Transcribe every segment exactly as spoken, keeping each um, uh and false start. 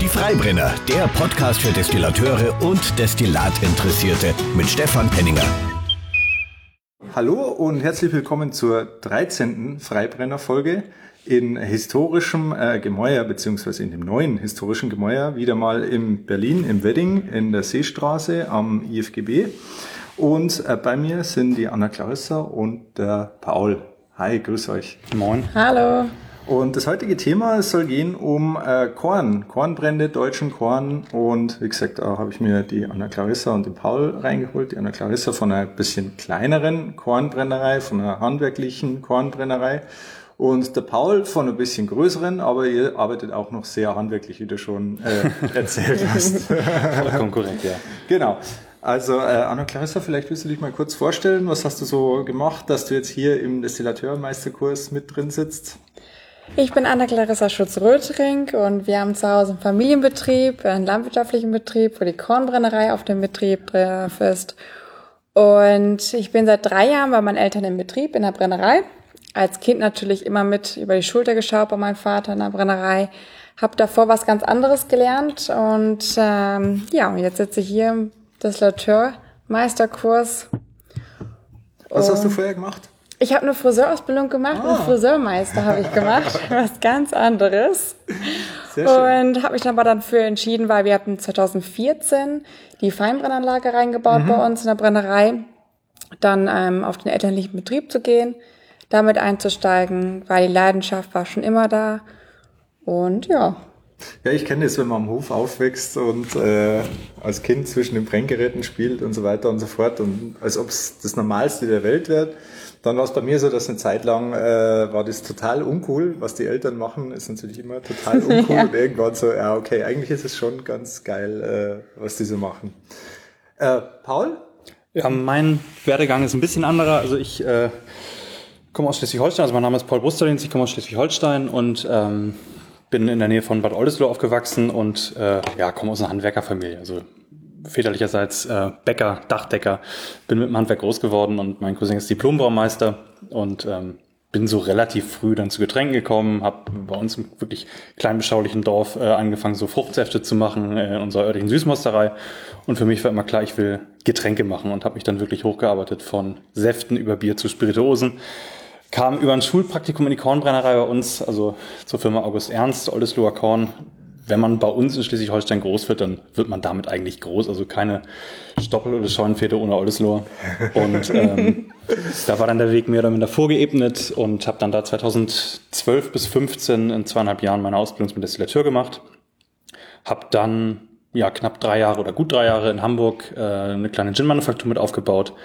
Die Freibrenner, der Podcast für Destillateure und Destillatinteressierte mit Stefan Penninger. Hallo und herzlich willkommen zur dreizehnten Freibrenner-Folge in historischem äh, Gemäuer, beziehungsweise in dem neuen historischen Gemäuer, wieder mal in Berlin, im Wedding, in der Seestraße am I F G B. Und äh, bei mir sind die Anna Clarissa und der Paul. Hi, grüß euch. Moin. Hallo. Und das heutige Thema soll gehen um äh, Korn, Kornbrände, deutschen Korn. Und wie gesagt, da habe ich mir die Anna Clarissa und den Paul reingeholt. Die Anna Clarissa von einer bisschen kleineren Kornbrennerei, von einer handwerklichen Kornbrennerei. Und der Paul von einer bisschen größeren, aber ihr arbeitet auch noch sehr handwerklich, wie du schon äh, erzählt hast. Vollkommen korrekt, ja. Genau. Also äh, Anna Clarissa, vielleicht willst du dich mal kurz vorstellen. Was hast du so gemacht, dass du jetzt hier im Destillateurmeisterkurs mit drin sitzt? Ich bin Anna Clarissa Schutz-Rötring und wir haben zu Hause einen Familienbetrieb, einen landwirtschaftlichen Betrieb, wo die Kornbrennerei auf dem Betrieb drauf ist. Und ich bin seit drei Jahren bei meinen Eltern im Betrieb, in der Brennerei. Als Kind natürlich immer mit über die Schulter geschaut bei meinem Vater in der Brennerei. Hab davor was ganz anderes gelernt und ähm, ja, und jetzt sitze ich hier im Destillateurmeisterkurs. Was hast du vorher gemacht? Ich habe eine Friseurausbildung gemacht, ah. einen Friseurmeister habe ich gemacht, was ganz anderes. Sehr schön. Und habe mich dann aber dafür entschieden, weil wir hatten zwanzig vierzehn die Feinbrennanlage reingebaut mhm. bei uns in der Brennerei, dann ähm, auf den elterlichen Betrieb zu gehen, damit einzusteigen, weil die Leidenschaft war schon immer da und ja. Ja, ich kenne das, wenn man am Hof aufwächst und äh, als Kind zwischen den Brenngeräten spielt und so weiter und so fort und als ob es das Normalste der Welt wird. Dann war es bei mir so, dass eine Zeit lang äh, war das total uncool, was die Eltern machen, ist natürlich immer total uncool ja. Und irgendwann so, ja okay, eigentlich ist es schon ganz geil, äh, was die so machen. Äh, Paul? Ja, mein Werdegang ist ein bisschen anderer. Also ich äh, komme aus Schleswig-Holstein, also mein Name ist Paul Busterlins, ich komme aus Schleswig-Holstein und ähm, bin in der Nähe von Bad Oldesloe aufgewachsen und äh, ja, komme aus einer Handwerkerfamilie. Also väterlicherseits äh, Bäcker, Dachdecker, bin mit dem Handwerk groß geworden und mein Cousin ist Diplombraumeister und ähm, bin so relativ früh dann zu Getränken gekommen, habe bei uns im wirklich kleinen beschaulichen Dorf äh, angefangen, so Fruchtsäfte zu machen äh, in unserer örtlichen Süßmosterei und für mich war immer klar, ich will Getränke machen und habe mich dann wirklich hochgearbeitet von Säften über Bier zu Spirituosen. Kam über ein Schulpraktikum in die Kornbrennerei bei uns, also zur Firma August Ernst, Oldesloer Korn. Wenn man bei uns in Schleswig-Holstein groß wird, dann wird man damit eigentlich groß. Also keine Stoppel- oder Scheunenfete ohne Oldesloe. Und ähm, da war dann der Weg mehr oder minder vorgeebnet und habe dann da zweitausendzwölf bis fünfzehn in zweieinhalb Jahren meine Ausbildung zum Destillateur gemacht. Habe dann ja knapp drei Jahre oder gut drei Jahre in Hamburg äh, eine kleine Gin-Manufaktur mit aufgebaut.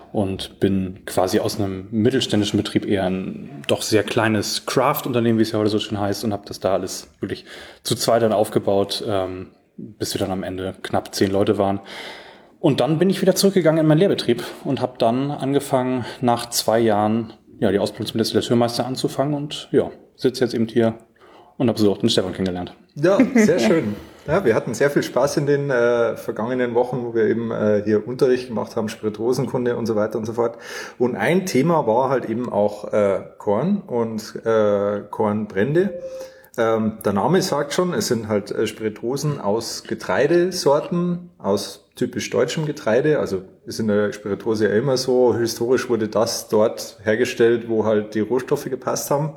Und bin quasi aus einem mittelständischen Betrieb eher ein doch sehr kleines Craft-Unternehmen, wie es ja heute so schön heißt, und habe das da alles wirklich zu zweit dann aufgebaut, ähm, bis wir dann am Ende knapp zehn Leute waren. Und dann bin ich wieder zurückgegangen in meinen Lehrbetrieb und habe dann angefangen, nach zwei Jahren ja die Ausbildung zum Destillateurmeister anzufangen und ja, sitze jetzt eben hier und habe so auch den Stefan kennengelernt. Ja, sehr schön. Ja, wir hatten sehr viel Spaß in den äh, vergangenen Wochen, wo wir eben äh, hier Unterricht gemacht haben, Spirituosenkunde und so weiter und so fort. Und ein Thema war halt eben auch äh, Korn und äh, Kornbrände. Ähm, der Name sagt schon, es sind halt äh, Spirituosen aus Getreidesorten, aus typisch deutschem Getreide. Also ist in der Spirituose ja immer so, historisch wurde das dort hergestellt, wo halt die Rohstoffe gepasst haben.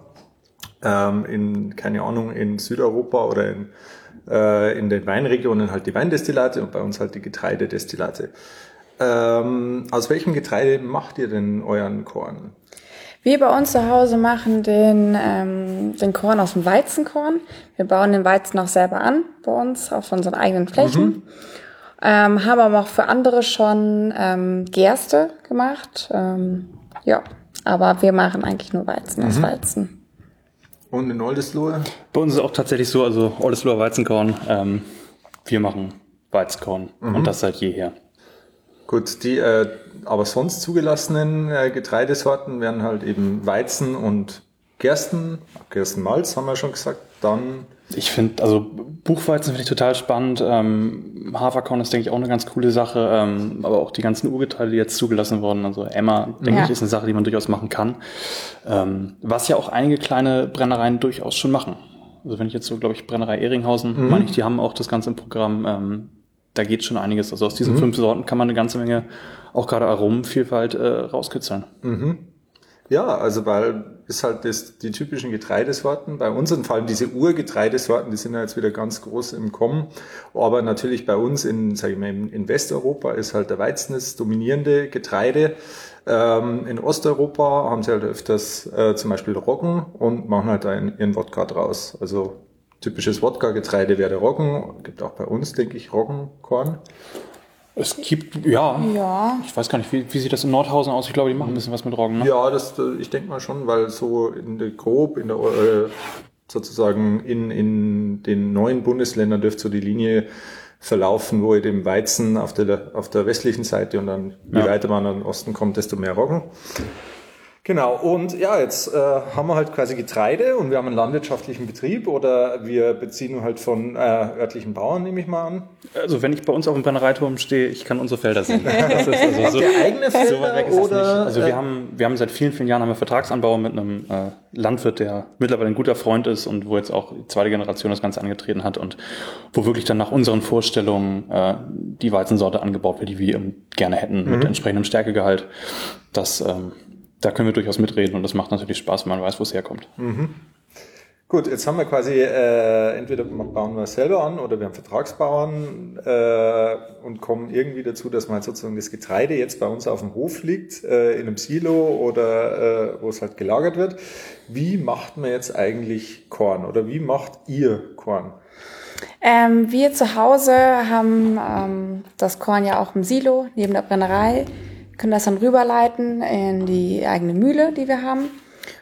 Ähm, in, keine Ahnung, in Südeuropa oder in in den Weinregionen halt die Weindestillate und bei uns halt die Getreidedestillate. Ähm, aus welchem Getreide macht ihr denn euren Korn? Wir bei uns zu Hause machen den, ähm, den Korn aus dem Weizenkorn. Wir bauen den Weizen auch selber an bei uns auf unseren eigenen Flächen. Mhm. Ähm, haben aber auch für andere schon ähm, Gerste gemacht. Ähm, ja, aber wir machen eigentlich nur Weizen mhm. aus Weizen. Und in Oldesloe? Bei uns ist es auch tatsächlich so, also Oldesloer Weizenkorn, ähm, wir machen Weizenkorn mhm. und das seit jeher. Gut, die äh, aber sonst zugelassenen äh, Getreidesorten wären halt eben Weizen und Gersten, Gerstenmalz haben wir schon gesagt, dann... Ich finde, also Buchweizen finde ich total spannend, ähm, Haferkorn ist, denke ich, auch eine ganz coole Sache, ähm, aber auch die ganzen Urgetreide, die jetzt zugelassen wurden, also Emmer, denke ja. ich, ist eine Sache, die man durchaus machen kann, ähm, was ja auch einige kleine Brennereien durchaus schon machen. Also wenn ich jetzt so, glaube ich, Brennerei Ehringhausen, mhm. meine ich, die haben auch das Ganze im Programm. Ähm, da geht schon einiges. Also aus diesen mhm. fünf Sorten kann man eine ganze Menge, auch gerade Aromenvielfalt, äh, rauskitzeln. Mhm. Ja, also weil ist halt das, die typischen Getreidesorten. Bei uns und vor allem diese Urgetreidesorten, die sind ja jetzt wieder ganz groß im Kommen. Aber natürlich bei uns in, sag ich mal, in Westeuropa ist halt der Weizen das dominierende Getreide. Ähm, in Osteuropa haben sie halt öfters äh, zum Beispiel Roggen und machen halt da ihren Wodka draus. Also typisches Wodka-Getreide wäre der Roggen. Gibt auch bei uns, denke ich, Roggenkorn. Es gibt, ja, ja. Ich weiß gar nicht, wie, wie sieht das in Nordhausen aus? Ich glaube, die machen ein bisschen was mit Roggen, ne? Ja, das, ich denke mal schon, weil so in der grob, in der, äh, sozusagen in, in den neuen Bundesländern dürfte so die Linie verlaufen, wo ihr dem Weizen auf der, auf der westlichen Seite und dann, je ja. weiter man an den Osten kommt, desto mehr Roggen. Genau, und ja, jetzt äh, haben wir halt quasi Getreide und wir haben einen landwirtschaftlichen Betrieb oder wir beziehen halt von äh, örtlichen Bauern, nehme ich mal an. Also wenn ich bei uns auf dem Brennereiturm stehe, ich kann unsere Felder sehen. Das ist also Habt so, ihr eigene Felder so weit weg ist oder? Das nicht. Also äh, wir haben, wir haben seit vielen, vielen Jahren haben wir Vertragsanbau mit einem äh, Landwirt, der mittlerweile ein guter Freund ist und wo jetzt auch die zweite Generation das Ganze angetreten hat und wo wirklich dann nach unseren Vorstellungen äh, die Weizensorte angebaut wird, die wir gerne hätten, mit mhm. entsprechendem Stärkegehalt. Das ähm, Da können wir durchaus mitreden und das macht natürlich Spaß, wenn man weiß, wo es herkommt. Mhm. Gut, jetzt haben wir quasi, äh, entweder bauen wir es selber an oder wir haben Vertragsbauern äh, und kommen irgendwie dazu, dass man halt sozusagen das Getreide jetzt bei uns auf dem Hof liegt, äh, in einem Silo oder äh, wo es halt gelagert wird. Wie macht man jetzt eigentlich Korn oder wie macht ihr Korn? Ähm, wir zu Hause haben ähm, das Korn ja auch im Silo neben der Brennerei. Können das dann rüberleiten in die eigene Mühle, die wir haben.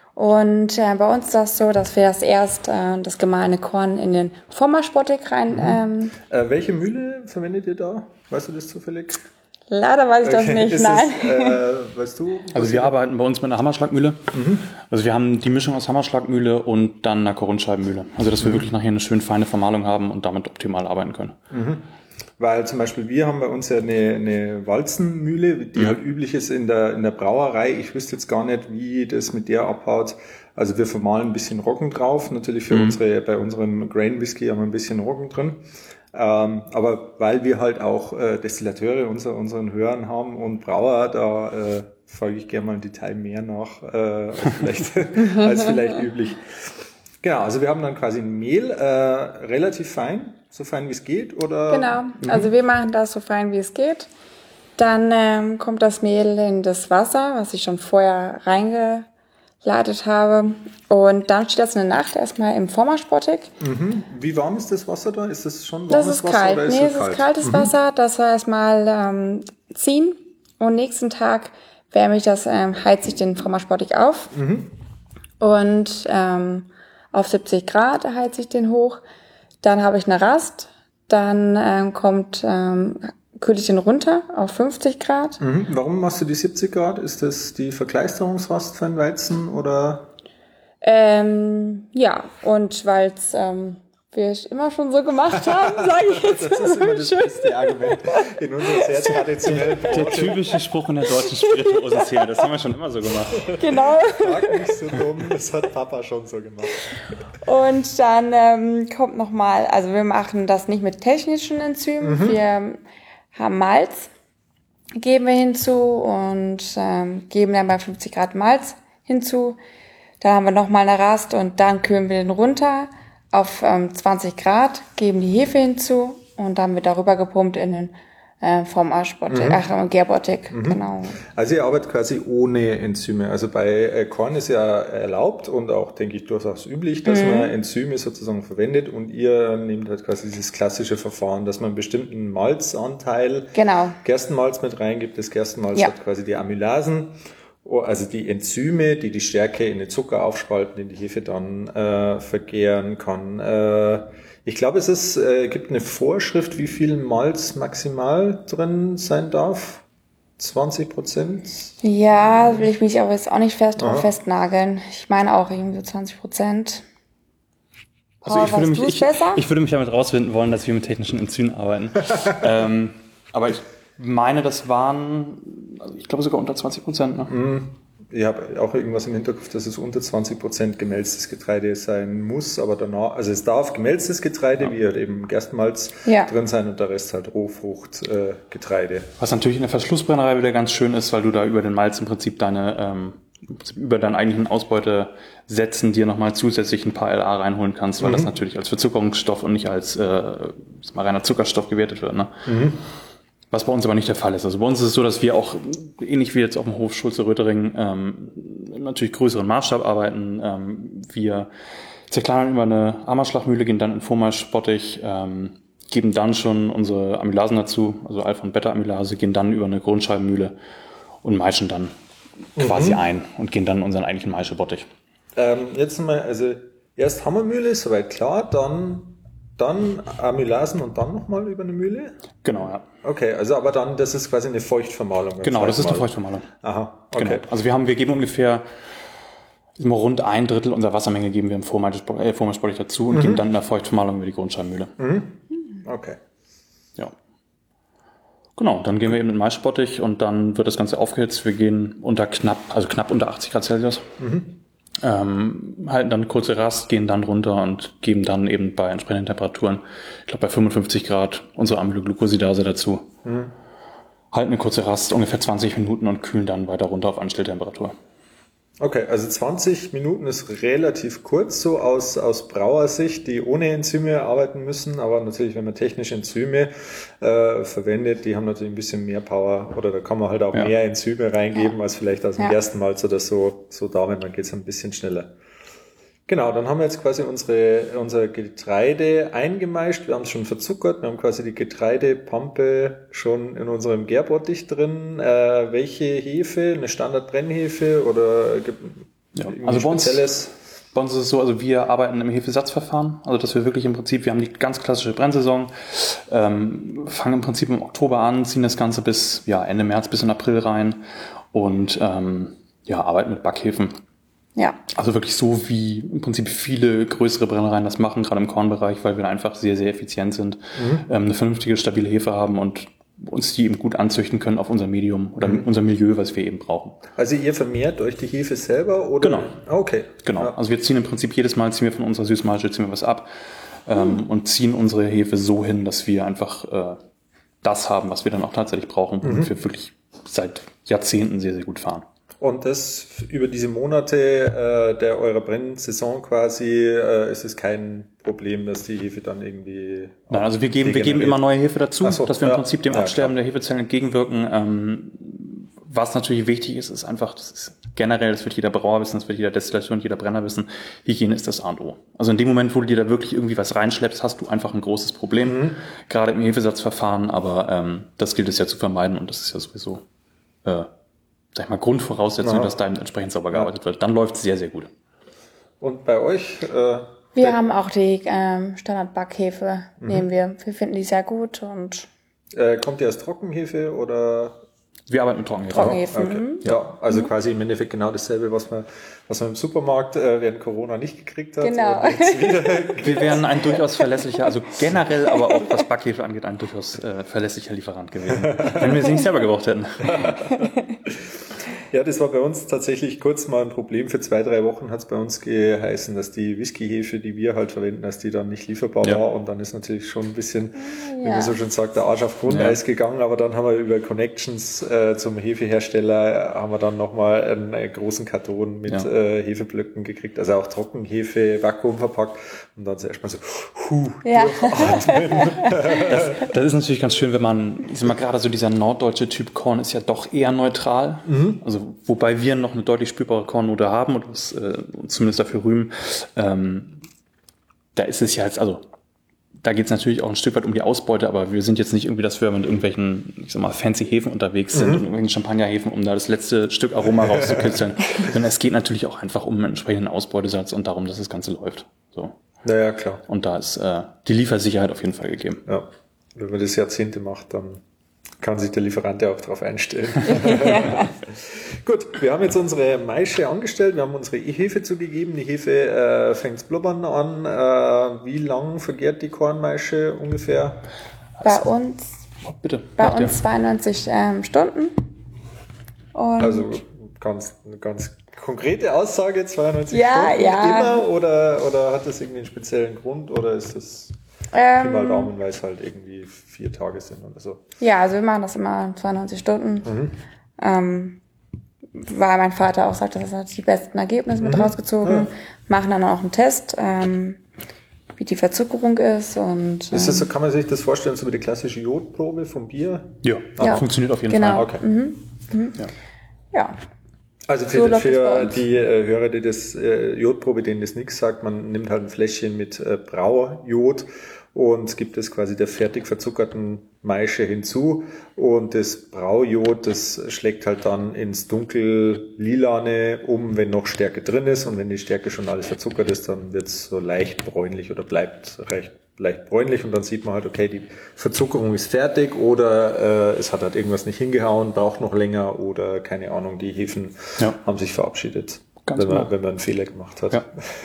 Und äh, bei uns ist das so, dass wir das erst äh, das gemahlene Korn in den Vormarschbottich rein. Mhm. Ähm, äh, welche Mühle verwendet ihr da? Weißt du das zufällig? Leider weiß ich das okay. nicht, ist nein. Das, äh, weißt du? Also wir arbeiten bei uns mit einer Hammerschlagmühle. Mhm. Also wir haben die Mischung aus Hammerschlagmühle und dann einer Korundscheibenmühle. Also dass wir mhm. wirklich nachher eine schön feine Vermahlung haben und damit optimal arbeiten können. Mhm. Weil zum Beispiel wir haben bei uns ja eine, eine Walzenmühle, die mhm. halt üblich ist in der, in der Brauerei. Ich wüsste jetzt gar nicht, wie das mit der abhaut. Also wir vermahlen ein bisschen Roggen drauf. Natürlich für mhm. unsere, bei unserem Grain Whisky haben wir ein bisschen Roggen drin. Ähm, aber weil wir halt auch äh, Destillateure unser, unseren Hörern haben und Brauer, da äh, frage ich gerne mal im Detail mehr nach, äh, als, vielleicht, als vielleicht üblich. Genau, also wir haben dann quasi ein Mehl, äh, relativ fein, so fein wie es geht, oder? Genau, mhm. also wir machen das so fein wie es geht. Dann ähm, kommt das Mehl in das Wasser, was ich schon vorher reingeleitet habe. Und dann steht das eine Nacht erstmal im Vormarschbottich. Mhm. Wie warm ist das Wasser da? Ist das schon warmes das ist Wasser kalt. oder ist nee, es es kalt? ist kaltes mhm. Wasser, das wir erstmal ähm, ziehen. Und nächsten Tag wärme ich das, ähm, heize ich den Vormarschbottich auf. Mhm. Und ähm, auf siebzig Grad heize ich den hoch. Dann habe ich eine Rast. Dann ähm, kommt, ähm, kühle ich den runter auf fünfzig Grad. Mhm. Warum machst du die siebzig Grad? Ist das die Verkleisterungsrast für den Weizen oder? Ähm, ja, und weil es ähm, wir immer schon so gemacht haben, sage ich jetzt. Das ist immer das beste Argument in unserer sehr traditionellen Branche. Der typische Spruch in der deutschen Spirituosenszene, das haben wir schon immer so gemacht. Genau. Frag nicht so dumm, das hat Papa schon so gemacht. Und dann ähm, kommt nochmal, also wir machen das nicht mit technischen Enzymen, mhm. wir haben Malz, geben wir hinzu und ähm, geben dann bei fünfzig Grad Malz hinzu. Da haben wir nochmal eine Rast und dann kühlen wir den runter auf ähm, zwanzig Grad, geben die Hefe hinzu und dann wird darüber gepumpt in den äh, Vormarschbottich, mhm. ach, Gärbottich, mhm. genau. Also ihr arbeitet quasi ohne Enzyme. Also bei äh, Korn ist ja erlaubt und auch, denke ich, durchaus üblich, dass mhm. man Enzyme sozusagen verwendet und ihr nehmt halt quasi dieses klassische Verfahren, dass man einen bestimmten Malzanteil, genau. Gerstenmalz mit reingibt. Das Gerstenmalz ja. hat quasi die Amylasen, also die Enzyme, die die Stärke in den Zucker aufspalten, in die Hefe dann äh, vergären kann. Äh, ich glaube, es ist, äh, gibt eine Vorschrift, wie viel Malz maximal drin sein darf. zwanzig Prozent? Ja, will ich mich aber jetzt auch nicht fest drauf festnageln. Ich meine auch irgendwie so zwanzig Prozent. Also ich würde, mich, ich, ich würde mich damit rausfinden wollen, dass wir mit technischen Enzymen arbeiten. ähm, aber ich meine, das waren, also ich glaube sogar unter zwanzig Prozent. Ne? ich habe auch irgendwas im Hinterkopf, dass es unter zwanzig Prozent gemälztes Getreide sein muss, aber danach, also es darf gemälztes Getreide, ja. wie halt eben Gerstenmalz ja. drin sein und der Rest halt Rohfrucht, äh, Getreide. Was natürlich in der Verschlussbrennerei wieder ganz schön ist, weil du da über den Malz im Prinzip deine, ähm, über deinen eigentlichen Ausbeutesätzen dir nochmal zusätzlich ein paar L A reinholen kannst, weil mhm. das natürlich als Verzuckerungsstoff und nicht als äh, mal reiner Zuckerstoff gewertet wird. Ne? Mhm. Was bei uns aber nicht der Fall ist. Also bei uns ist es so, dass wir auch, ähnlich wie jetzt auf dem Hof Schulze-Rötering, ähm, natürlich größeren Maßstab arbeiten. Ähm, wir zerkleinern über eine Ammerschlagmühle, gehen dann in Vormalschbottich, ähm, geben dann schon unsere Amylasen dazu, also Alpha- und Beta-Amylase, gehen dann über eine Grundscheibenmühle und maischen dann mhm. quasi ein und gehen dann in unseren eigentlichen Maischebottich. Ähm, jetzt mal, also erst Hammermühle, soweit klar, dann Dann Amylasen und dann nochmal über eine Mühle? Genau, ja. Okay, also aber dann, das ist quasi eine Feuchtvermahlung. Genau, das ist eine Feuchtvermahlung. Aha, okay. Genau. Also wir haben, wir geben ungefähr immer rund ein Drittel unserer Wassermenge geben wir im Vormalschbottich dazu und mhm. geben dann in der Feuchtvermahlung über die Grundscheibenmühle. Mhm. Okay. Ja. Genau, dann gehen wir eben in den Maischbottich und dann wird das Ganze aufgehitzt. Wir gehen unter knapp, also knapp unter achtzig Grad Celsius. Mhm. Ähm, halten dann eine kurze Rast, gehen dann runter und geben dann eben bei entsprechenden Temperaturen, ich glaube bei fünfundfünfzig Grad, unsere Amyloglucosidase dazu. Mhm. Halten eine kurze Rast, ungefähr zwanzig Minuten und kühlen dann weiter runter auf Anstelltemperatur. Okay, also zwanzig Minuten ist relativ kurz, so aus, aus Brauersicht, die ohne Enzyme arbeiten müssen, aber natürlich, wenn man technische Enzyme äh, verwendet, die haben natürlich ein bisschen mehr Power, oder da kann man halt auch ja. mehr Enzyme reingeben, als vielleicht aus dem ja. ersten Malz oder so, so damit, dann geht's ein bisschen schneller. Genau, dann haben wir jetzt quasi unsere, unser Getreide eingemeischt, wir haben es schon verzuckert, wir haben quasi die Getreidepampe schon in unserem Gärbottich drin. Äh, welche Hefe? Eine Standardbrennhefe oder gibt ja, also bei uns, bei uns ist es so, also wir arbeiten im Hefesatzverfahren, also dass wir wirklich im Prinzip, wir haben die ganz klassische Brennsaison, ähm, fangen im Prinzip im Oktober an, ziehen das Ganze bis ja, Ende März bis in April rein und ähm, ja, arbeiten mit Backhefen. Ja. Also wirklich so, wie im Prinzip viele größere Brennereien das machen, gerade im Kornbereich, weil wir einfach sehr, sehr effizient sind, mhm. ähm, eine vernünftige, stabile Hefe haben und uns die eben gut anzüchten können auf unser Medium oder mhm. unser Milieu, was wir eben brauchen. Also ihr vermehrt euch die Hefe selber, oder? Genau. Okay. Genau. Ja. Also wir ziehen im Prinzip jedes Mal, ziehen wir von unserer Süßmaische, ziehen wir was ab ähm, mhm. und ziehen unsere Hefe so hin, dass wir einfach äh, das haben, was wir dann auch tatsächlich brauchen, womit mhm. wir wirklich seit Jahrzehnten sehr, sehr gut fahren. Und das über diese Monate äh, der eurer Brennsaison quasi äh, ist es kein Problem, dass die Hefe dann irgendwie... Nein, also wir geben wir geben immer neue Hefe dazu, so, dass wir im ja, Prinzip dem ja, Absterben klar. der Hefezellen entgegenwirken. Ähm, was natürlich wichtig ist, ist einfach, das ist generell, das wird jeder Brauer wissen, das wird jeder Destillateur und jeder Brenner wissen, Hygiene ist das A und O. Also in dem Moment, wo du dir da wirklich irgendwie was reinschleppst, hast du einfach ein großes Problem, mhm. gerade im Hefesatzverfahren, aber ähm, das gilt es ja zu vermeiden und das ist ja sowieso... Äh, sag ich mal, Grundvoraussetzung, ja. dass da entsprechend sauber gearbeitet ja. wird. Dann läuft es sehr, sehr gut. Und bei euch? Äh, wir haben auch die ähm, Standard-Backhefe, mhm. nehmen wir. Wir finden die sehr gut. Und äh, kommt die aus Trockenhefe oder? Wir arbeiten mit Trockenhefe. Trockenhefe. Okay. Mhm. Ja, also mhm. quasi im Endeffekt genau dasselbe, was man, was man im Supermarkt äh, während Corona nicht gekriegt hat. Genau. Wir wären ein durchaus verlässlicher, also generell, aber auch was Backhefe angeht, ein durchaus äh, verlässlicher Lieferant gewesen, wenn wir sie nicht selber gebraucht hätten. Ja, das war bei uns tatsächlich kurz mal ein Problem. Für zwei, drei Wochen hat es bei uns geheißen, dass die Whiskyhefe, die wir halt verwenden, dass die dann nicht lieferbar ja. war. Und dann ist natürlich schon ein bisschen, ja. wie man so schon sagt, der Arsch auf Grundeis ja. gegangen. Aber dann haben wir über Connections äh, zum Hefehersteller, haben wir dann nochmal einen, einen großen Karton mit ja. äh, Hefeblöcken gekriegt. Also auch Trockenhefe, Vakuum verpackt. Und dann zuerst mal so, huh, ja. durchatmen. Das, das ist natürlich ganz schön, wenn man, ich sag mal, gerade so dieser norddeutsche Typ Korn ist ja doch eher neutral. Mhm. Also wobei wir noch eine deutlich spürbare Kornnote haben und uns äh, zumindest dafür rühmen, ähm, da ist es ja jetzt, also da geht es natürlich auch ein Stück weit um die Ausbeute, aber wir sind jetzt nicht irgendwie, dass wir mit irgendwelchen, ich sag mal, fancy Hefen unterwegs sind, mhm. und irgendwelchen Champagnerhefen, um da das letzte Stück Aroma rauszukitzeln. Denn es geht natürlich auch einfach um einen entsprechenden Ausbeutesatz und darum, dass das Ganze läuft. So. Naja, klar. Und da ist äh, die Liefersicherheit auf jeden Fall gegeben. Ja, wenn man das Jahrzehnte macht, dann kann sich der Lieferant ja auch darauf einstellen. Ja. Gut, wir haben jetzt unsere Maische angestellt, wir haben unsere Hefe zugegeben, die Hefe äh, fängt blubbern an. Äh, wie lang vergärt die Kornmaische ungefähr? Bei uns, oh, bitte, bei uns zweiundneunzig ähm, Stunden. Und also ganz, eine ganz konkrete Aussage, zweiundneunzig Ja, Stunden ja. immer oder, oder hat das irgendwie einen speziellen Grund oder ist das Ähm, Pi mal Daumen, weil es halt irgendwie vier Tage sind oder so? Ja, also wir machen das immer zweiundneunzig Stunden. Mhm. Ähm, weil mein Vater auch sagt, das hat die besten Ergebnisse mit Mhm. rausgezogen. Ja. Machen dann auch einen Test, ähm, wie die Verzuckerung ist. Und, ähm, Ist das so, kann man sich das vorstellen, so wie die klassische Jodprobe vom Bier? Ja, Ja. funktioniert auf jeden Genau. Fall. Okay. Mhm. Mhm. Ja. Ja. Also So für, läuft es bei für uns. die äh, Hörer, die das äh, Jodprobe, denen das nichts sagt, man nimmt halt ein Fläschchen mit äh, Braujod und gibt es quasi der fertig verzuckerten Maische hinzu und das Braujod, das schlägt halt dann ins dunkel-lilane um, wenn noch Stärke drin ist und wenn die Stärke schon alles verzuckert ist, dann wird es so leicht bräunlich oder bleibt recht leicht bräunlich und dann sieht man halt, okay, die Verzuckerung ist fertig oder äh, es hat halt irgendwas nicht hingehauen, braucht noch länger oder keine Ahnung, die Hefen Ja. haben sich verabschiedet, Ganz wenn man, genau. wenn man einen Fehler gemacht hat. Ja.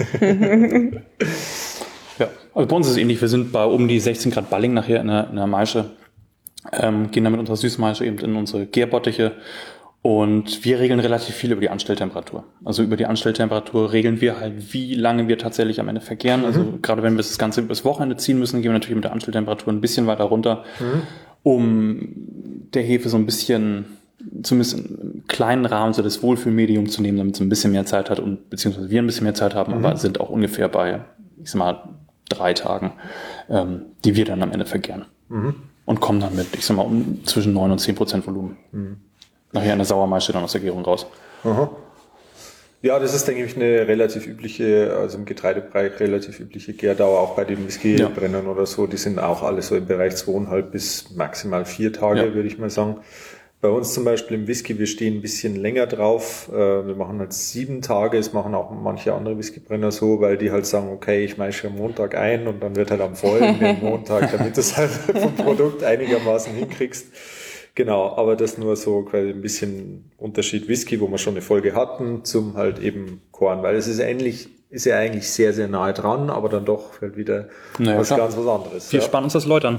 Ja, also bei uns ist es ähnlich. Wir sind bei um die sechzehn Grad Balling nachher in der, in der Maische, ähm, gehen dann mit unserer Süßmaische eben in unsere Gärbottiche und wir regeln relativ viel über die Anstelltemperatur. Also über die Anstelltemperatur regeln wir halt, wie lange wir tatsächlich am Ende vergären. Mhm. Also gerade wenn wir das Ganze übers Wochenende ziehen müssen, gehen wir natürlich mit der Anstelltemperatur ein bisschen weiter runter, mhm. um der Hefe so ein bisschen, zumindest im kleinen Rahmen, so das Wohlfühlmedium zu nehmen, damit sie ein bisschen mehr Zeit hat und beziehungsweise wir ein bisschen mehr Zeit haben, mhm. aber sind auch ungefähr bei, ich sag mal, drei Tagen, ähm, die wir dann am Ende vergären. Mhm. Und kommen dann mit, ich sag mal, um zwischen neun und zehn Prozent Volumen. Mhm. Nachher eine Sauermaische dann aus der Gärung raus. Aha. Ja, das ist, denke ich, eine relativ übliche, also im Getreidebereich relativ übliche Gärdauer, auch bei den Whiskybrennern ja. oder so. Die sind auch alle so im Bereich zweieinhalb bis maximal vier Tage, ja. würde ich mal sagen. Bei uns zum Beispiel im Whisky, wir stehen ein bisschen länger drauf. Wir machen halt sieben Tage, das machen auch manche andere Whiskybrenner so, weil die halt sagen, okay, ich maische am Montag ein und dann wird halt am folgenden Montag, damit du es halt vom Produkt einigermaßen hinkriegst. Genau, aber das nur so quasi ein bisschen Unterschied Whisky, wo wir schon eine Folge hatten, zum halt eben Korn, weil es ist ähnlich, ist ja eigentlich sehr, sehr nahe dran, aber dann doch halt wieder naja, was klar. ganz was anderes. Wir ja. spannen uns das läutern.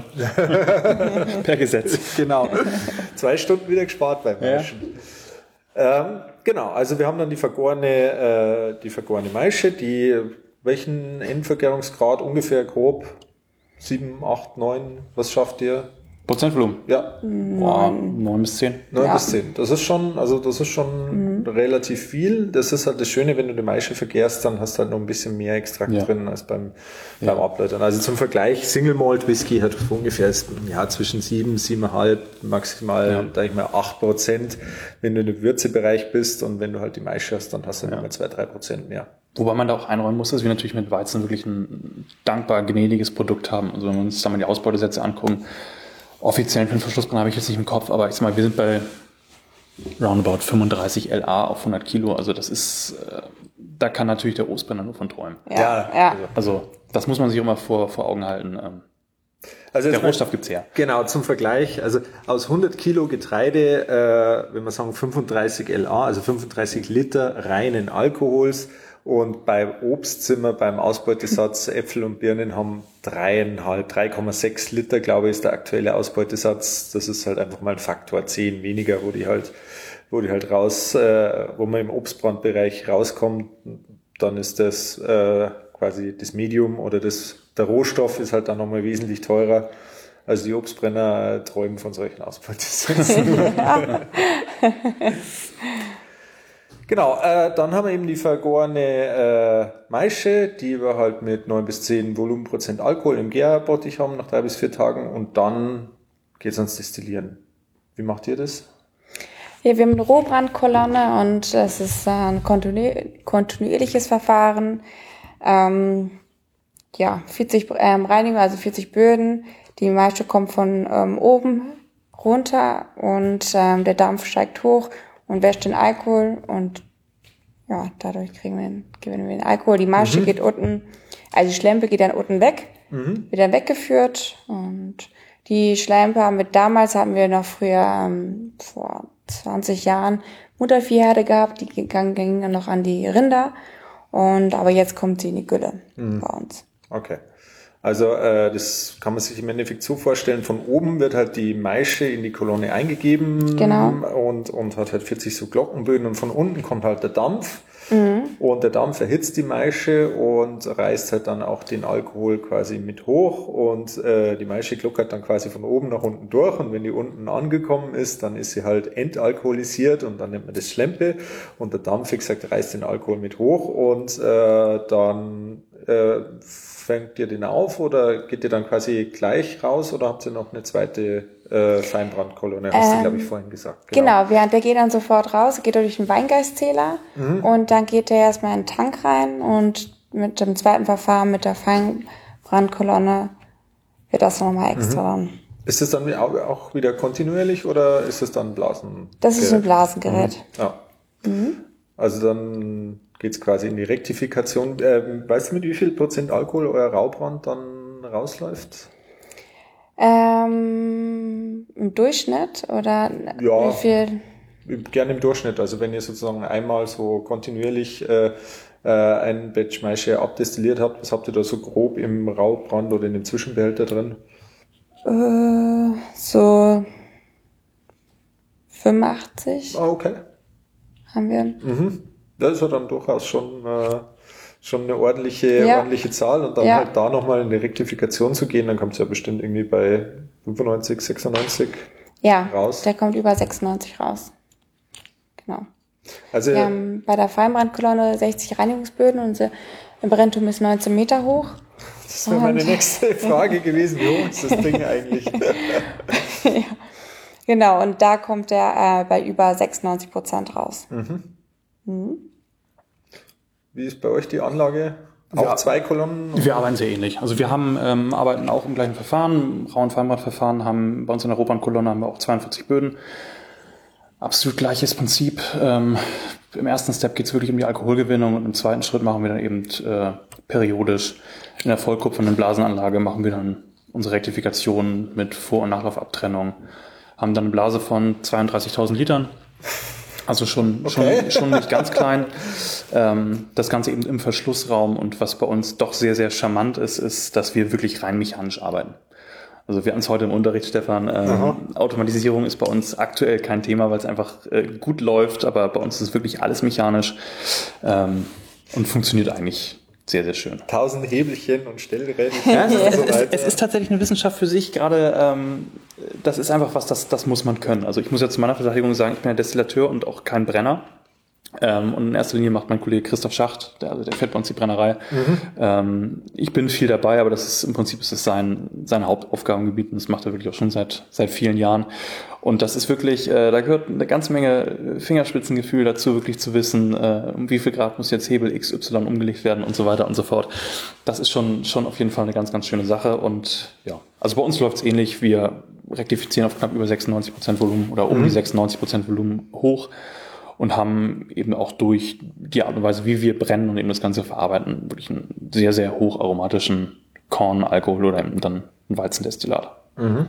Per Gesetz. Genau. Zwei Stunden wieder gespart beim Maischen. Ja. Ähm, genau, also wir haben dann die vergorene, äh, die vergorene Maische, die, welchen Endvergärungsgrad ungefähr grob? Sieben, acht, neun, was schafft ihr? Prozentvolumen? Ja. Boah, neun bis zehn. Neun ja. bis zehn. Das ist schon, also das ist schon mhm. relativ viel. Das ist halt das Schöne, wenn du die Maische vergärst, dann hast du halt noch ein bisschen mehr Extrakt ja. drin als beim, ja. beim Ableitern. Also zum Vergleich, Single Malt Whisky hat ungefähr ja, zwischen sieben, siebeneinhalb, maximal, ja. sag ich mal, acht Prozent. Wenn du im Würzebereich bist und wenn du halt die Maische hast, dann hast du ja. immer zwei, drei Prozent mehr. Wobei man da auch einräumen muss, dass wir natürlich mit Weizen wirklich ein dankbar gnädiges Produkt haben. Also wenn wir uns da mal die Ausbeutesätze angucken, offiziellen für den Verschlussbrenner habe ich jetzt nicht im Kopf, aber ich sag mal, wir sind bei roundabout fünfunddreißig L A auf hundert Kilo. Also das ist, äh, da kann natürlich der Ostbrenner nur von träumen. Ja, ja. Also das muss man sich auch mal vor, vor Augen halten. Ähm, also der Rohstoff gibt's her. Genau, zum Vergleich, also aus hundert Kilo Getreide, äh, wenn wir sagen fünfunddreißig L A, also fünfunddreißig Liter reinen Alkohols, und beim Obstzimmer, beim Ausbeutesatz, Äpfel und Birnen haben dreieinhalb, drei Komma sechs Liter, glaube ich, ist der aktuelle Ausbeutesatz. Das ist halt einfach mal ein Faktor zehn weniger, wo die halt, wo die halt raus, äh, wo man im Obstbrandbereich rauskommt, dann ist das äh, quasi das Medium oder das, der Rohstoff ist halt dann nochmal wesentlich teurer. Also die Obstbrenner äh, träumen von solchen Ausbeutesätzen. Genau, äh, dann haben wir eben die vergorene äh, Maische, die wir halt mit neun bis zehn Volumenprozent Alkohol im Gärbottich haben nach drei bis vier Tagen und dann geht's ans Destillieren. Wie macht ihr das? Ja, wir haben eine Rohbrandkolonne und es ist ein kontinu- kontinuierliches Verfahren. Ähm, ja, vierzig ähm, Reinigung, also vierzig Böden. Die Maische kommt von ähm, oben runter und ähm, der Dampf steigt hoch und wäscht den Alkohol und ja, dadurch kriegen wir den, gewinnen wir den Alkohol. Die Maische mhm. geht unten, also die Schlempe geht dann unten weg, mhm. wird dann weggeführt und die Schlempe haben wir, damals hatten wir noch früher, ähm, vor zwanzig Jahren Mutterviehherde gehabt, die gingen, gingen dann noch an die Rinder und aber jetzt kommt sie in die Gülle mhm. bei uns. Okay. Also äh, das kann man sich im Endeffekt so vorstellen, von oben wird halt die Maische in die Kolonne eingegeben genau. und, und hat halt vierzig so Glockenböden und von unten kommt halt der Dampf mhm. und der Dampf erhitzt die Maische und reißt halt dann auch den Alkohol quasi mit hoch und äh, die Maische gluckert dann quasi von oben nach unten durch und wenn die unten angekommen ist, dann ist sie halt entalkoholisiert und dann nennt man das Schlempe und der Dampf, wie gesagt, reißt den Alkohol mit hoch und äh, dann äh, fängt ihr den auf oder geht ihr dann quasi gleich raus oder habt ihr noch eine zweite äh, Feinbrandkolonne? Hast ähm, du, glaube ich, vorhin gesagt. Genau, genau wir, der geht dann sofort raus, geht durch den Weingeistzähler mhm. und dann geht der erstmal in den Tank rein und mit dem zweiten Verfahren, mit der Feinbrandkolonne, wird das nochmal extra. Mhm. Ist das dann auch wieder kontinuierlich oder ist das dann ein Blasengerät? Das ist ein Blasengerät. Mhm. Ja. Mhm. Also dann geht's quasi in die Rektifikation. Ähm, weißt du, mit wie viel Prozent Alkohol euer Raubrand dann rausläuft? Ähm, im Durchschnitt oder ja, wie viel? Gerne im Durchschnitt. Also wenn ihr sozusagen einmal so kontinuierlich äh, äh, ein Batch Maische abdestilliert habt, was habt ihr da so grob im Raubrand oder in dem Zwischenbehälter drin? Äh, so fünfundachtzig. Ah, okay. Haben wir. Mhm. Das ist ja dann durchaus schon, äh, schon eine ordentliche, ja. ordentliche Zahl und dann ja. halt da nochmal in die Rektifikation zu gehen, dann kommt es ja bestimmt irgendwie bei fünfundneunzig, sechsundneunzig ja, raus. Der kommt über sechsundneunzig raus. Genau. Also, wir haben bei der Feinbrandkolonne sechzig Reinigungsböden und unser Brentum ist neunzehn Meter hoch. Das wäre meine nächste Frage gewesen, wie hoch ist das Ding eigentlich? ja. Genau, und da kommt der äh, bei über sechsundneunzig Prozent raus. Mhm. Mhm. Wie ist bei euch die Anlage? Auch ja, zwei Kolonnen? Wir arbeiten sehr ähnlich. Also wir haben ähm, arbeiten auch im gleichen Verfahren, Rau- und Feinbrandverfahren, haben bei uns in der Raubrandkolonne haben wir auch zweiundvierzig Böden. Absolut gleiches Prinzip. Ähm, Im ersten Step geht es wirklich um die Alkoholgewinnung und im zweiten Schritt machen wir dann eben äh, periodisch in der vollkupfernden Blasenanlage machen wir dann unsere Rektifikation mit Vor- und Nachlaufabtrennung. Haben dann eine Blase von zweiunddreißigtausend Litern. Also schon, okay. schon, schon nicht ganz klein. Ähm, das Ganze eben im Verschlussraum und was bei uns doch sehr, sehr charmant ist, ist, dass wir wirklich rein mechanisch arbeiten. Also wir hatten es heute im Unterricht, Stefan, ähm, Automatisierung ist bei uns aktuell kein Thema, weil es einfach äh, gut läuft, aber bei uns ist wirklich alles mechanisch ähm, und funktioniert eigentlich sehr, sehr schön. Tausend Hebelchen und Stellräder. Ja, es, es, es, es ist tatsächlich eine Wissenschaft für sich, gerade ähm, das ist einfach was, das, das muss man können. Also ich muss jetzt zu meiner Verteidigung sagen, ich bin ein Destillateur und auch kein Brenner. Ähm, und in erster Linie macht mein Kollege Christoph Schacht, der, also der fährt bei uns die Brennerei. Mhm. Ähm, ich bin viel dabei, aber das ist im Prinzip ist das sein, sein Hauptaufgabengebiet und das macht er wirklich auch schon seit, seit vielen Jahren. Und das ist wirklich, äh, da gehört eine ganze Menge Fingerspitzengefühl dazu, wirklich zu wissen, äh, um wie viel Grad muss jetzt Hebel X Y umgelegt werden und so weiter und so fort. Das ist schon, schon auf jeden Fall eine ganz, ganz schöne Sache. Und ja, also bei uns läuft es ähnlich. Wir rektifizieren auf knapp über sechsundneunzig Prozent Volumen oder um mhm. die sechsundneunzig Prozent Volumen hoch. Und haben eben auch durch die Art und Weise, wie wir brennen und eben das Ganze verarbeiten, wirklich einen sehr, sehr hoch aromatischen Kornalkohol oder eben dann ein Weizendestillat. Mhm.